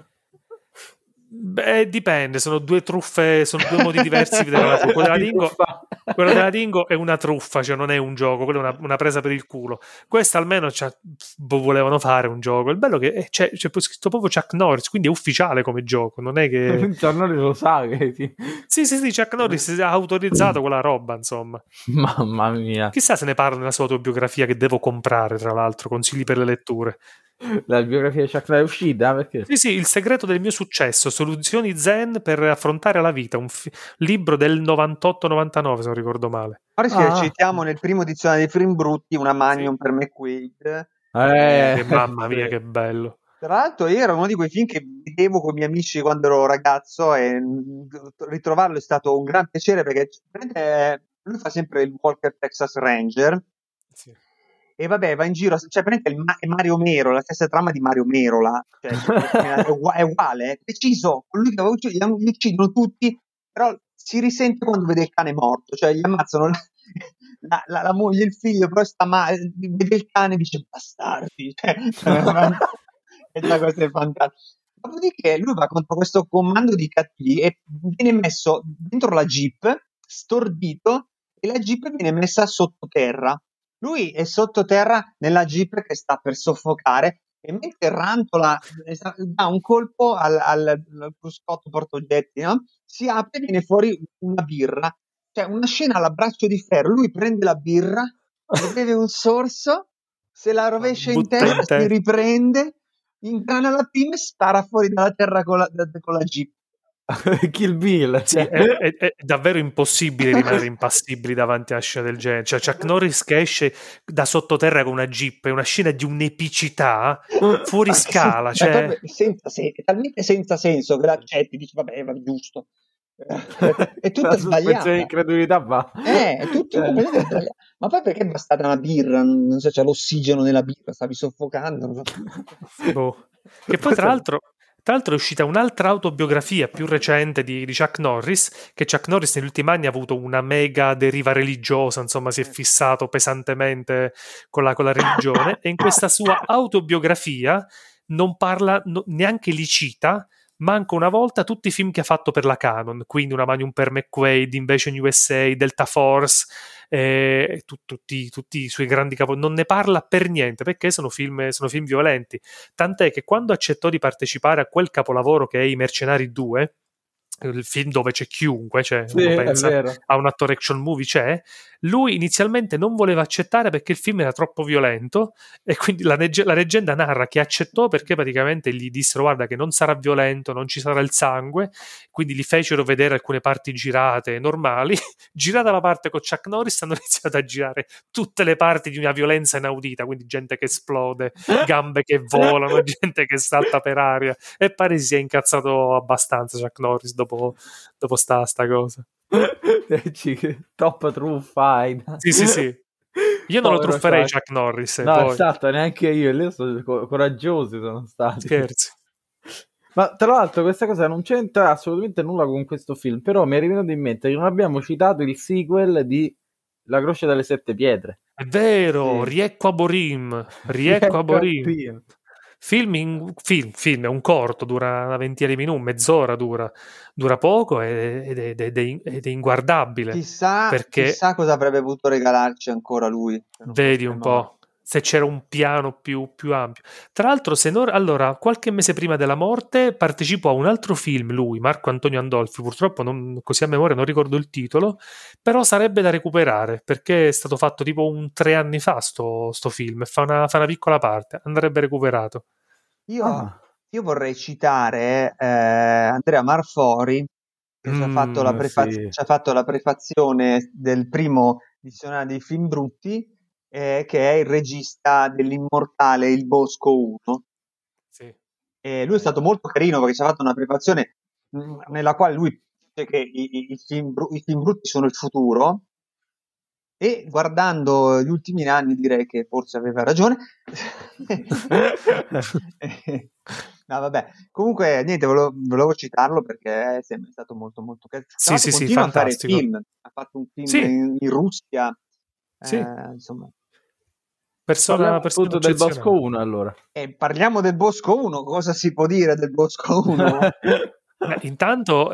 Beh, dipende, sono due truffe, sono due modi diversi di vedere la truffa. Quella della Dingo è una truffa, cioè non è un gioco, quella è una presa per il culo. Questa almeno volevano fare un gioco. Il bello è che c'è scritto proprio Chuck Norris, quindi è ufficiale come gioco, non è che... Chuck Norris lo sa che sì, Chuck Norris ha autorizzato quella roba, insomma. Mamma mia. Chissà se ne parla nella sua autobiografia, che devo comprare, tra l'altro, consigli per le letture. La biografia di Chuck Norris è uscita? Perché? Sì, Il segreto del mio successo, soluzioni zen per affrontare la vita, un libro del 98-99 se non ricordo male. Ora citiamo nel primo dizionario dei film brutti una Magnum per McQuaid. Mamma mia, che bello. Tra l'altro era uno di quei film che vedevo con i miei amici quando ero ragazzo e ritrovarlo è stato un gran piacere, perché lui fa sempre il Walker Texas Ranger. Sì. E vabbè, va in giro, cioè praticamente è Mario Mero, la stessa trama di Mario Merola, cioè, è uguale, è preciso, colui che li uccidono tutti, però si risente quando vede il cane morto, cioè gli ammazzano la moglie e il figlio, però sta male, vede il cane e dice bastardi, e già questo è fantastico. Dopodiché lui va contro questo comando di cattivi e viene messo dentro la Jeep, stordito, e la Jeep viene messa sottoterra. Lui è sottoterra nella Jeep che sta per soffocare, e mentre rantola, dà un colpo al cruscotto portaoggetti, no? Si apre e viene fuori una birra, cioè una scena all'abbraccio di ferro. Lui prende la birra, beve un sorso, se la rovescia in testa, si riprende, ingrana la prima e spara fuori dalla terra con la Jeep. Kill Bill. Sì, è davvero impossibile rimanere impassibili davanti a una scena del genere. Cioè Chuck Norris che esce da sottoterra con una Jeep, è una scena di un'epicità fuori scala, cioè... è talmente senza senso che l'accetti, dici vabbè, va giusto. È tutto sbagliato. Incredulità va. È tutto completamente sbagliato. Ma poi perché è bastata una birra? Non so, c'è l'ossigeno nella birra, stavi soffocando. Che poi tra l'altro è uscita un'altra autobiografia più recente di Chuck Norris, che Chuck Norris negli ultimi anni ha avuto una mega deriva religiosa, insomma si è fissato pesantemente con la religione, e in questa sua autobiografia non parla, neanche li cita, manca una volta tutti i film che ha fatto per la Canon, quindi Una Magnum per McQuaid, Invasion USA, Delta Force, tutti i suoi grandi capolavori, non ne parla per niente perché sono film violenti, tant'è che quando accettò di partecipare a quel capolavoro che è I Mercenari 2, il film dove c'è chiunque, cioè Sì, uno è pensa vero. a un attore action movie, lui inizialmente non voleva accettare perché il film era troppo violento, e quindi la leggenda narra che accettò perché praticamente gli dissero guarda che non sarà violento, non ci sarà il sangue, quindi gli fecero vedere alcune parti girate normali. Girata la parte con Chuck Norris hanno iniziato a girare tutte le parti di una violenza inaudita, quindi gente che esplode, gambe che volano, gente che salta per aria, e pare si sia incazzato abbastanza Chuck Norris dopo sta cosa. Top truffa. Sì. Io non lo Povero trufferei Chuck. Chuck Norris. No, Poi. esatto, neanche io. Lì sono coraggiosi sono stati. Scherzi. Ma tra l'altro questa cosa non c'entra assolutamente nulla con questo film, però mi è venuto in mente che non abbiamo citato il sequel di La Croce delle Sette Pietre. È vero, Sì. Riecco a Borim. Riecco a Borim. Film, è un corto, dura una ventina di minuti, mezz'ora dura poco ed è inguardabile. Chissà cosa avrebbe potuto regalarci ancora lui. Vedi un po', se c'era un piano più ampio. Tra l'altro, allora, qualche mese prima della morte partecipò a un altro film, lui, Marco Antonio Andolfi, purtroppo così a memoria non ricordo il titolo, però sarebbe da recuperare, perché è stato fatto tipo 3 anni fa sto film, e fa una piccola parte, andrebbe recuperato. Io vorrei citare Andrea Marfori, che ci ha fatto la prefazione del primo dizionario dei film brutti, che è il regista dell'immortale Il Bosco 1. Sì. Lui è stato molto carino perché ci ha fatto una prefazione nella quale lui dice che i film brutti sono il futuro, e guardando gli ultimi anni direi che forse aveva ragione. No, vabbè. Comunque, niente, volevo citarlo perché è sempre stato molto, molto carino. Sì, Continua a fare fantastico. film. Ha fatto un film in Russia. Sì. Insomma. Parliamo appunto del Bosco 1 allora. Parliamo del Bosco 1. Cosa si può dire del Bosco 1? Intanto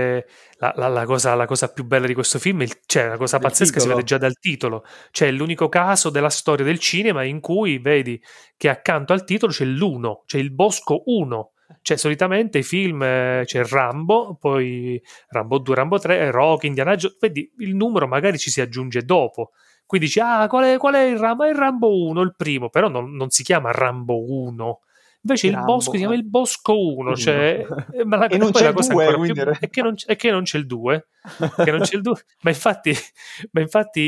la cosa più bella di questo film, cioè la cosa pazzesca, si vede già dal titolo, cioè è l'unico caso della storia del cinema in cui vedi che accanto al titolo c'è l'1, c'è il Bosco 1. Cioè solitamente i film c'è Rambo, poi Rambo 2, Rambo 3, Rocky, Indiana Jones, vedi il numero magari ci si aggiunge dopo, quindi dici qual è il Rambo? È il Rambo 1, il primo, però non si chiama Rambo 1. Invece il bosco si chiama il Bosco 1, cioè, e non c'è il 2, quindi... è che non c'è il 2, ma infatti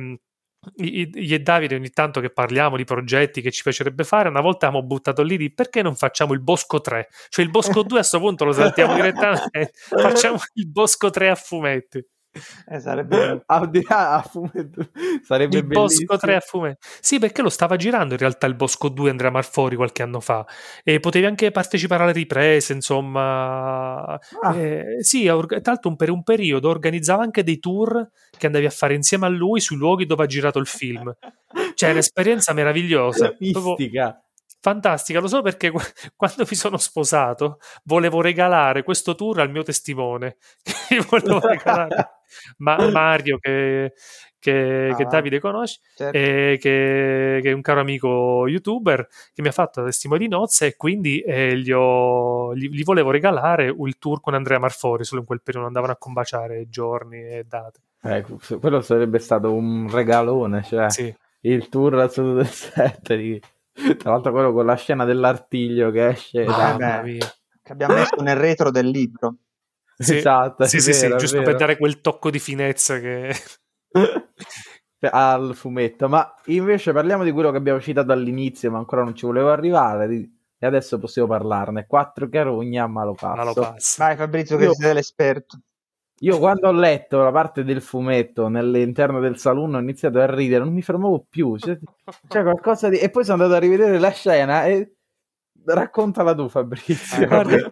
io e Davide ogni tanto che parliamo di progetti che ci piacerebbe fare, una volta abbiamo buttato lì di perché non facciamo il Bosco 3, cioè il Bosco 2 a questo punto lo saltiamo direttamente, facciamo il Bosco 3 a fumetti. Sarebbe a fumetto. Sarebbe il bellissimo. Bosco 3 a fumetti. Sì, perché lo stava girando in realtà il Bosco 2 Andrea Marfori qualche anno fa, e potevi anche partecipare alle riprese, insomma. Sì, tra l'altro per un periodo organizzava anche dei tour che andavi a fare insieme a lui sui luoghi dove ha girato il film. Cioè è un'esperienza meravigliosa, mistica, fantastica. Lo so perché quando mi sono sposato volevo regalare questo tour al mio testimone. Volevo regalare Mario che Davide conosce, certo. che è un caro amico youtuber che mi ha fatto da testimone di nozze, e quindi gli volevo regalare il tour con Andrea Marfori, solo in quel periodo andavano a combaciare giorni e date. Quello sarebbe stato un regalone, cioè sì. Il tour al Sud del Set, tra l'altro quello con la scena dell'artiglio che esce che abbiamo messo nel retro del libro. Sì, esatto, sì, vero, giusto per dare quel tocco di finezza che al fumetto. Ma invece parliamo di quello che abbiamo citato all'inizio, ma ancora non ci volevo arrivare, e adesso possiamo parlarne. 4 carogne a malo passo. Vai Fabrizio, che sei l'esperto. Io quando ho letto la parte del fumetto nell'interno del saloon ho iniziato a ridere, non mi fermavo più, cioè qualcosa e poi sono andato a rivedere la scena e raccontala tu Fabrizio.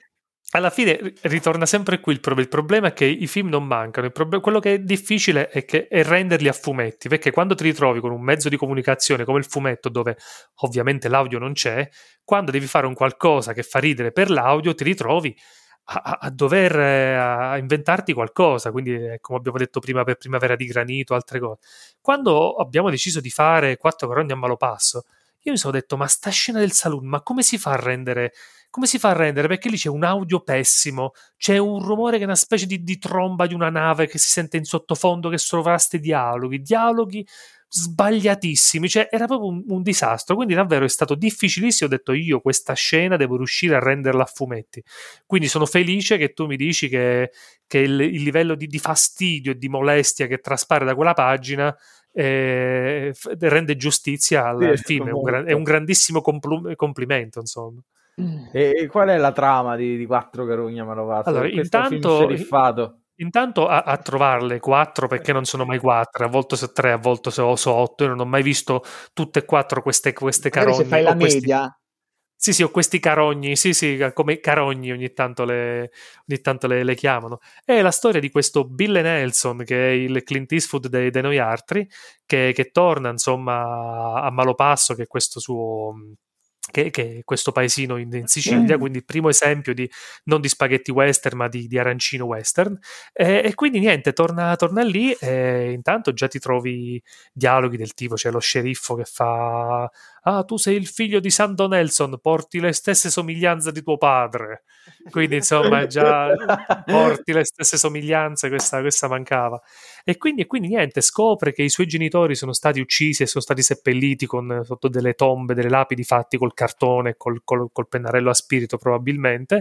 alla fine ritorna sempre qui il problema è che i film non mancano. Quello che è difficile è renderli a fumetti, perché quando ti ritrovi con un mezzo di comunicazione come il fumetto, dove ovviamente l'audio non c'è, quando devi fare un qualcosa che fa ridere per l'audio, ti ritrovi a dover a inventarti qualcosa. Quindi, come abbiamo detto prima, per Primavera di Granito, altre cose. Quando abbiamo deciso di fare Quattro Carogni a Malopasso, io mi sono detto, ma sta scena del saloon, ma come si fa a rendere? Come si fa a rendere? Perché lì c'è un audio pessimo, c'è un rumore che è una specie di tromba di una nave che si sente in sottofondo, che sovrasta dialoghi sbagliatissimi, cioè era proprio un disastro. Quindi davvero è stato difficilissimo. Ho detto, io questa scena devo riuscire a renderla a fumetti. Quindi sono felice che tu mi dici che il livello di fastidio e di molestia che traspare da quella pagina rende giustizia al film. È un grandissimo complimento, insomma. E qual è la trama di Quattro Carogni a Malopasso? Allora, Questo film sceriffato. Intanto a trovarle 4, perché non sono mai 4, a volte so 3, a volte so 8. Io non ho mai visto tutte e 4 queste carogne. Se fai la media. Sì, ho questi carogni, sì, come carogni ogni tanto le chiamano. È la storia di questo Bill Nelson, che è il Clint Eastwood dei Noi Altri, che torna, insomma, a Malopasso, che è questo suo... Che è questo paesino in Sicilia, quindi il primo esempio non di spaghetti western, ma di arancino western. E quindi niente, torna lì e intanto già ti trovi dialoghi del tipo, c'è lo sceriffo che fa: ah, tu sei il figlio di Santo Nelson, porti le stesse somiglianze di tuo padre. Quindi insomma già porti le stesse somiglianze, questa mancava. E quindi niente, scopre che i suoi genitori sono stati uccisi e sono stati seppelliti sotto delle tombe, delle lapidi fatti col cartone, col pennarello a spirito probabilmente,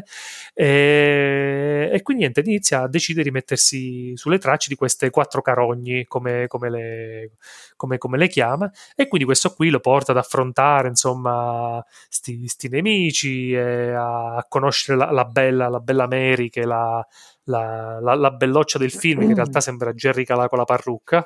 e quindi niente, inizia a decidere di mettersi sulle tracce di queste 4 carogni, come le chiama, e quindi questo qui lo porta ad affrontare, insomma, sti nemici, a conoscere la bella Mary, che è la belloccia del film, che in realtà sembra Jerry Calà con la parrucca,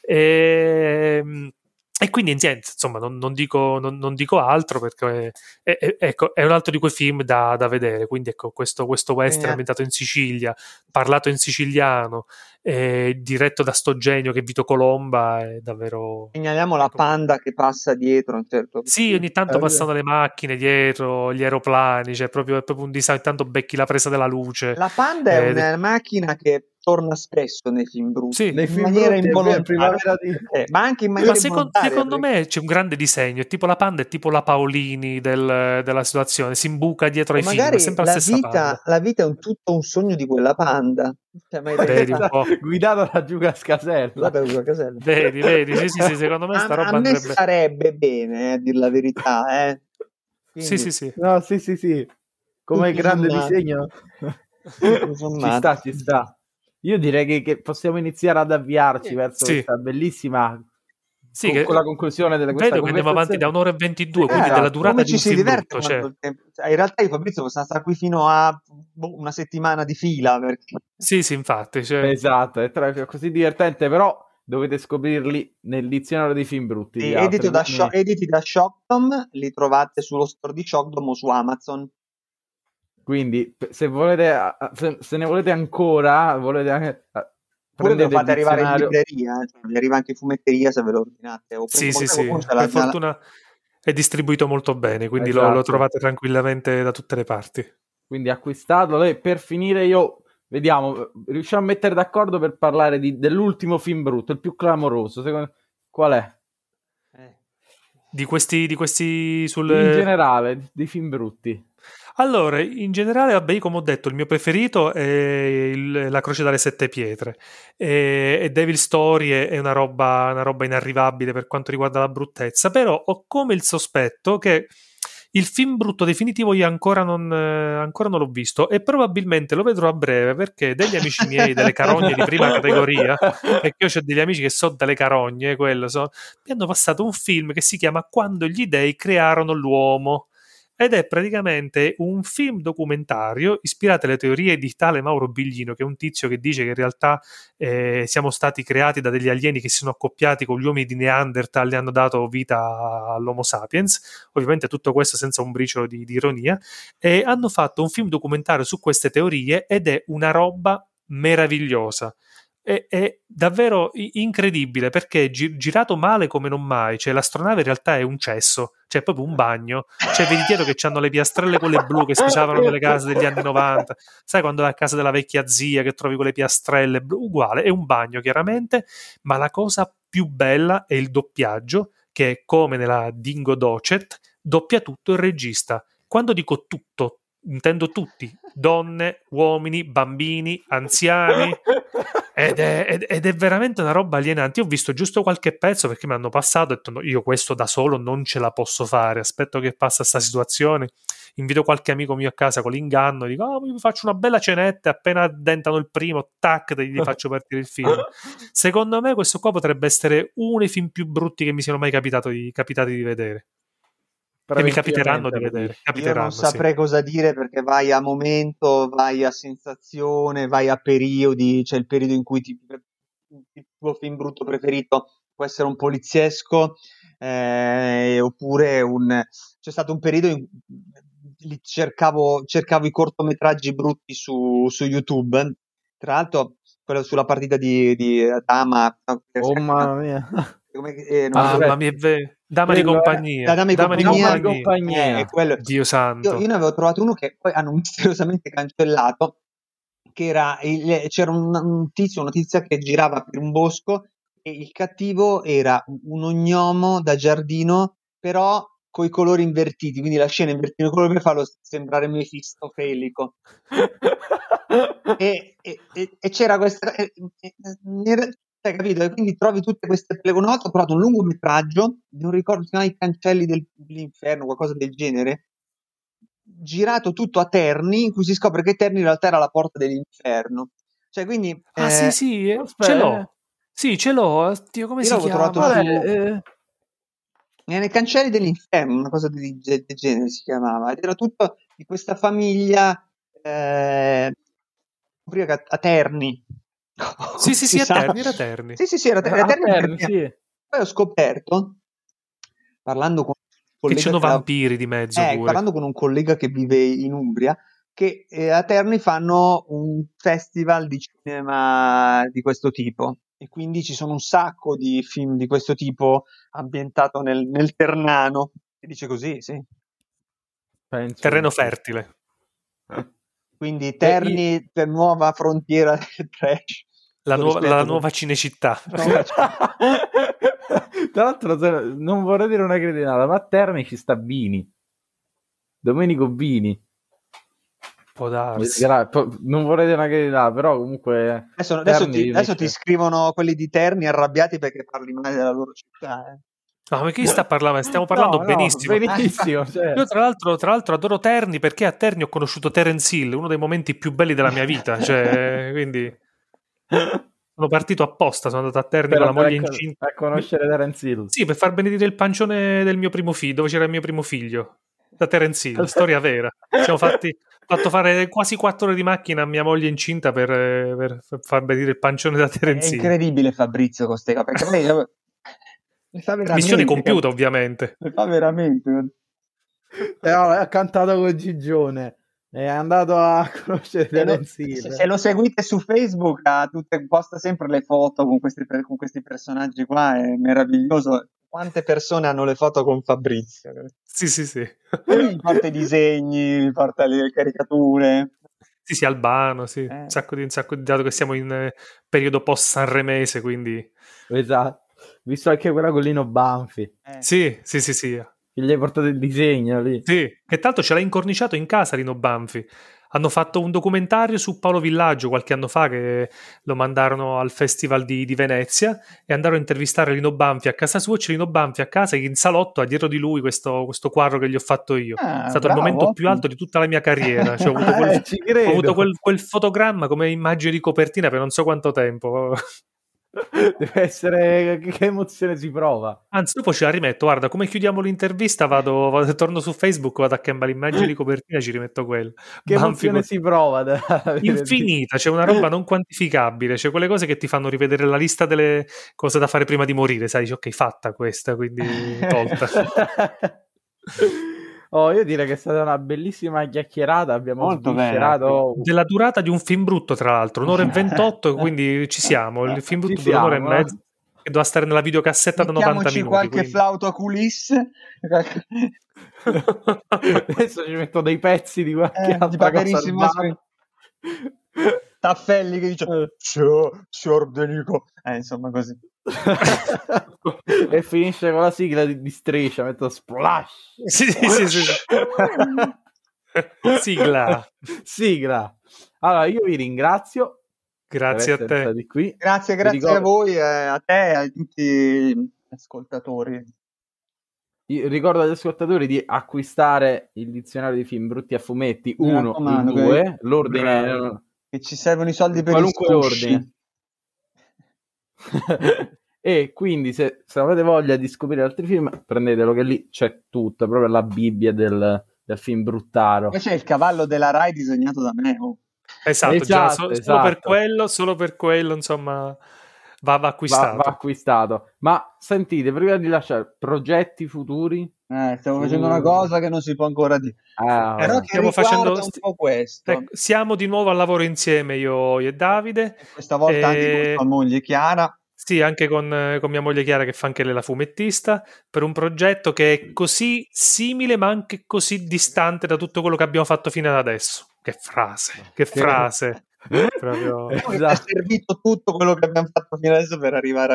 e quindi niente, insomma, non dico altro, perché ecco, è un altro di quei film da vedere. Quindi ecco, questo western ambientato in Sicilia, parlato in siciliano, diretto da sto genio che è Vito Colomba, è davvero... Segnaliamo la Panda che passa dietro un certo punto. Sì, ogni tanto passano le macchine dietro, gli aeroplani, cioè è proprio un design, tanto becchi la presa della luce. La Panda è una macchina che torna spesso nei film brutti, sì, in maniera involontaria, ma anche in maniera involontaria. Secondo me c'è un grande disegno, è tipo la Panda, è tipo la Paolini della situazione, si imbuca dietro ai film, è sempre la stessa Panda. La vita è tutto un sogno di quella Panda. Vedi un po'. Guidato da Giuca Scasella. Vedi, sì, secondo me sta roba a me sarebbe bene, a dir la verità, Quindi... Sì. No, sì. Come grande disegno. Ci sta. Io direi che possiamo iniziare ad avviarci verso questa bellissima... con la conclusione della questa vedo che andiamo avanti da 1 ora e 22, quindi della durata di un film brutto, cioè. In realtà io Fabrizio possiamo stare qui fino a una settimana di fila, perché... sì, infatti, cioè... esatto, è così divertente, però dovete scoprirli nel dizionario dei film brutti. Sì, editi da Shockdom, li trovate sullo store di Shockdom o su Amazon. Quindi se volete, se ne volete ancora, oppure ve lo fate arrivare in libreria, cioè vi arriva anche in fumetteria se ve lo ordinate. Sì. Per fortuna è distribuito molto bene, quindi esatto. lo trovate tranquillamente da tutte le parti. Quindi acquistatelo. E per finire vediamo, riusciamo a mettere d'accordo per parlare dell'ultimo film brutto, il più clamoroso. Secondo qual è? Di questi in generale, dei film brutti. Allora, in generale, vabbè, come ho detto, il mio preferito è La Croce dalle 7 pietre, e Devil Story è una roba inarrivabile per quanto riguarda la bruttezza, però ho come il sospetto che il film brutto definitivo io ancora non l'ho visto, e probabilmente lo vedrò a breve, perché degli amici miei delle carogne di prima categoria, perché io ho degli amici che so dalle carogne, mi hanno passato un film che si chiama Quando gli dei crearono l'uomo. ed è praticamente un film documentario ispirato alle teorie di tale Mauro Biglino, che è un tizio che dice che in realtà siamo stati creati da degli alieni che si sono accoppiati con gli uomini di Neanderthal e hanno dato vita all'Homo sapiens. Ovviamente tutto questo senza un briciolo di ironia, e hanno fatto un film documentario su queste teorie ed è una roba meravigliosa. È davvero incredibile, perché è girato male come non mai. Cioè, l'astronave in realtà è un cesso, cioè è proprio un bagno. Cioè, vedi dietro che c'hanno le piastrelle quelle blu che si usavano nelle case degli anni 90. Sai, quando vai a casa della vecchia zia che trovi quelle piastrelle blu? Uguale, è un bagno chiaramente, ma la cosa più bella è il doppiaggio, che è come nella Dingo Docet, doppia tutto il regista. Quando dico tutto, intendo tutti: donne, uomini, bambini, anziani, ed è veramente una roba alienante. Io ho visto giusto qualche pezzo perché mi hanno passato e ho detto: no, io questo da solo non ce la posso fare, aspetto che passa sta situazione, invito qualche amico mio a casa con l'inganno, dico: oh, mi faccio una bella cenetta, appena addentano il primo, tac, gli faccio partire il film. Secondo me questo qua potrebbe essere uno dei film più brutti che mi siano mai capitati di vedere, che mi capiteranno di vedere. Io non saprei cosa dire, perché vai a momento, vai a sensazione, vai a periodi. C'è il periodo in cui il tuo film brutto preferito può essere un poliziesco, oppure c'è stato un periodo in cui cercavo i cortometraggi brutti su YouTube. Tra l'altro quello sulla partita di Dama, oh mamma mia, mamma mia, Dama di compagnia, Dama di compagnia. Quello. Dio santo. Io ne avevo trovato uno che poi hanno misteriosamente cancellato, che c'era un tizio, una tizia che girava per un bosco e il cattivo era un ognomo da giardino, però coi colori invertiti, quindi la scena invertita i colori per farlo sembrare mefistofelico. e c'era questa, hai capito? E quindi trovi tutte queste plegonate. Ho trovato un lungometraggio, non ricordo, si chiama I cancelli dell'inferno, qualcosa del genere, girato tutto a Terni, in cui si scopre che Terni in realtà era la porta dell'inferno. Cioè, quindi sì, ce l'ho. Sì, ce l'ho. Dio, come si chiama? Trovato nei cancelli dell'inferno, una cosa del genere si chiamava, ed era tutto di questa famiglia a Terni. Sì, a Terni, era Terni. Sì, era Terni, sì. Poi ho scoperto, parlando con un collega, che ci sono vampiri di mezzo pure. Parlando con un collega che vive in Umbria, che a Terni fanno un festival di cinema di questo tipo, e quindi ci sono un sacco di film di questo tipo ambientato nel Ternano. Si dice così, sì. Terreno fertile. Quindi Terni per nuova frontiera del trash. La nuova Cinecittà. Tra l'altro, non vorrei dire una cretinata, ma a Terni ci sta Bini, Domenico Bini. Può darsi. Non vorrei dire una cretinata, però comunque adesso ti scrivono quelli di Terni arrabbiati perché parli male della loro città. No, ma chi sta parlando? Stiamo parlando benissimo. Benissimo. Cioè. Io tra l'altro adoro Terni, perché a Terni ho conosciuto Terence Hill, uno dei momenti più belli della mia vita. Cioè, quindi sono partito apposta, sono andato a Terni con la moglie incinta a conoscere Terence Hill. Sì, per far benedire il pancione del mio primo figlio, dove c'era il mio primo figlio, da Terence Hill, storia vera. Siamo fatto fare quasi 4 ore di macchina a mia moglie incinta per far benedire il pancione da Terence Hill. È incredibile Fabrizio Costeca, perché lei missione compiuta, ovviamente. Le fa veramente. Ha cantato con Gigione, è andato a conoscere Terence Hill. Se lo seguite su Facebook, posta sempre le foto con questi personaggi qua, è meraviglioso. Quante persone hanno le foto con Fabrizio? Sì. Mi porta i disegni, mi porta le caricature. Sì, Albano, sì. Un sacco di dato che siamo in periodo post sanremese, quindi. Esatto. Visto anche quella con Lino Banfi. Sì. Che gli hai portato il disegno lì. Sì, che tanto ce l'ha incorniciato in casa Lino Banfi. Hanno fatto un documentario su Paolo Villaggio qualche anno fa, che lo mandarono al Festival di Venezia, e andarono a intervistare Lino Banfi a casa sua. C'è Lino Banfi a casa, in salotto ha dietro di lui questo quadro che gli ho fatto io. È stato il momento più alto di tutta la mia carriera. Cioè, ho avuto quel fotogramma come immagine di copertina per non so quanto tempo. Deve essere... Che emozione si prova? Anzi, dopo ce la rimetto. Guarda, come chiudiamo l'intervista, torno su Facebook, vado a cambiare immagini di copertina e ci rimetto quello. Che emozione si prova? Infinita, c'è una roba non quantificabile, c'è quelle cose che ti fanno rivedere la lista delle cose da fare prima di morire, sai, dici, ok, fatta questa, quindi tolta. Io direi che è stata una bellissima chiacchierata, abbiamo Molto sviscerato... Della durata di un film brutto, tra l'altro, 1 ora e 28, quindi ci siamo. Il film brutto dura 1 ora e mezza, che doveva stare nella videocassetta da 90 minuti. qualche quindi... flauto a culisse. Adesso ci metto dei pezzi di qualche altra cosa. Taffelli che dice signor De Nico, insomma così. E finisce con la sigla di Striscia, metto splash. Sì. Sigla. Allora io vi ringrazio. Grazie a te. Qui. Grazie a voi, a te e a tutti gli ascoltatori. Io ricordo agli ascoltatori di acquistare il dizionario di film brutti a fumetti 1 e 2, l'ordine che ci servono i soldi per qualunque ordine. E quindi se avete voglia di scoprire altri film, prendetelo, che lì c'è tutto, è proprio la Bibbia del film bruttaro. Poi c'è il cavallo della Rai disegnato da me. Esatto. Solo per quello, insomma, va acquistato. Va acquistato. Ma sentite, prima di lasciare progetti futuri, stiamo facendo una cosa che non si può ancora dire. Però che stiamo facendo un po' questo. Siamo di nuovo al lavoro insieme, io e Davide. E questa volta anche con sua moglie Chiara. Sì, anche con mia moglie Chiara, che fa anche lei la fumettista, per un progetto che è così simile ma anche così distante da tutto quello che abbiamo fatto fino ad adesso. Che frase. Proprio... Esatto. È servito tutto quello che abbiamo fatto fino adesso per arrivare a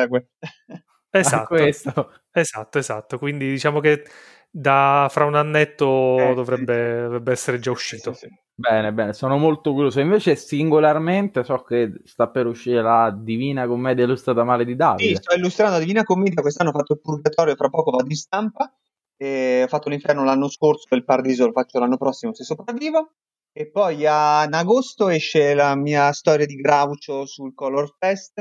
questo. Esatto. Quindi diciamo che fra un annetto dovrebbe essere già uscito. Sì. Bene, sono molto curioso. Invece singolarmente so che sta per uscire la Divina Commedia illustrata male di Davide. Sì, sto illustrando la Divina Commedia, quest'anno ho fatto il Purgatorio, fra poco vado in stampa, e ho fatto l'Inferno l'anno scorso, il Paradiso lo faccio l'anno prossimo se sopravvivo, e poi in agosto esce la mia storia di Groucho sul Color Fest,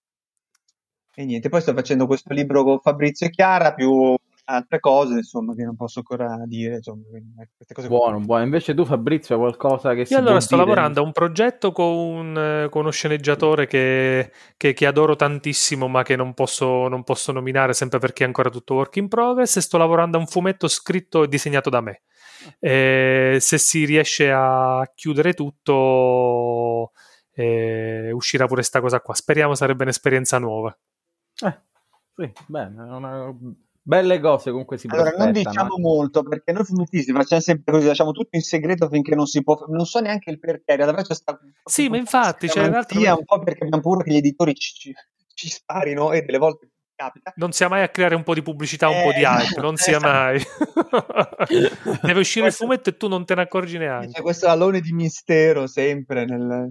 e niente, poi sto facendo questo libro con Fabrizio e Chiara, più altre cose, insomma, che non posso ancora dire, insomma, queste cose. Buono. Invece tu, Fabrizio, qualcosa che io allora sto lavorando a un progetto con uno sceneggiatore che adoro tantissimo, ma che non posso nominare, sempre perché è ancora tutto work in progress, e sto lavorando a un fumetto scritto e disegnato da me. Se si riesce a chiudere tutto, uscirà pure sta cosa qua. Speriamo, sarebbe un'esperienza nuova. Sì, bene, belle cose comunque si allora non diciamo molto, perché noi fumettisti facciamo sempre così, lasciamo tutto in segreto finché non si può, non so neanche il perché, sì, ma infatti c'è un po' perché abbiamo paura che gli editori ci sparino, e delle volte capita. Non sia mai a creare un po' di pubblicità, un po' di hype, non sia mai. Deve uscire il fumetto e tu non te ne accorgi neanche. C'è questo alone di mistero sempre nel...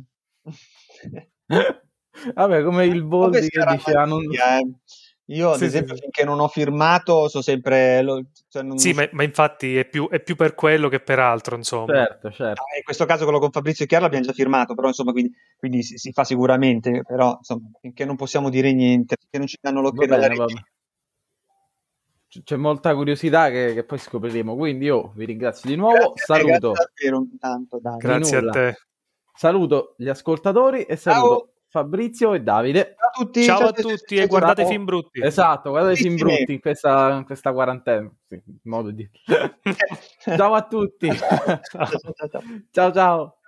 Vabbè, come il Boldi che diceva io ad esempio finché non ho firmato so sempre ma infatti è più per quello che per altro, insomma. Certo. In questo caso quello con Fabrizio e Chiara l'abbiamo già firmato, però insomma quindi si fa sicuramente, però insomma finché non possiamo dire niente, finché non ci danno l'ok dalla regia. C'è molta curiosità che poi scopriremo, quindi io vi ringrazio di nuovo. Saluto davvero tanto, Davide. Grazie a te. Saluto gli ascoltatori e saluto Fabrizio e Davide. Ciao a tutti e guardate film brutti. Esatto, guardate film brutti in questa quarantena. Sì, modo di... Ciao a tutti. Ciao.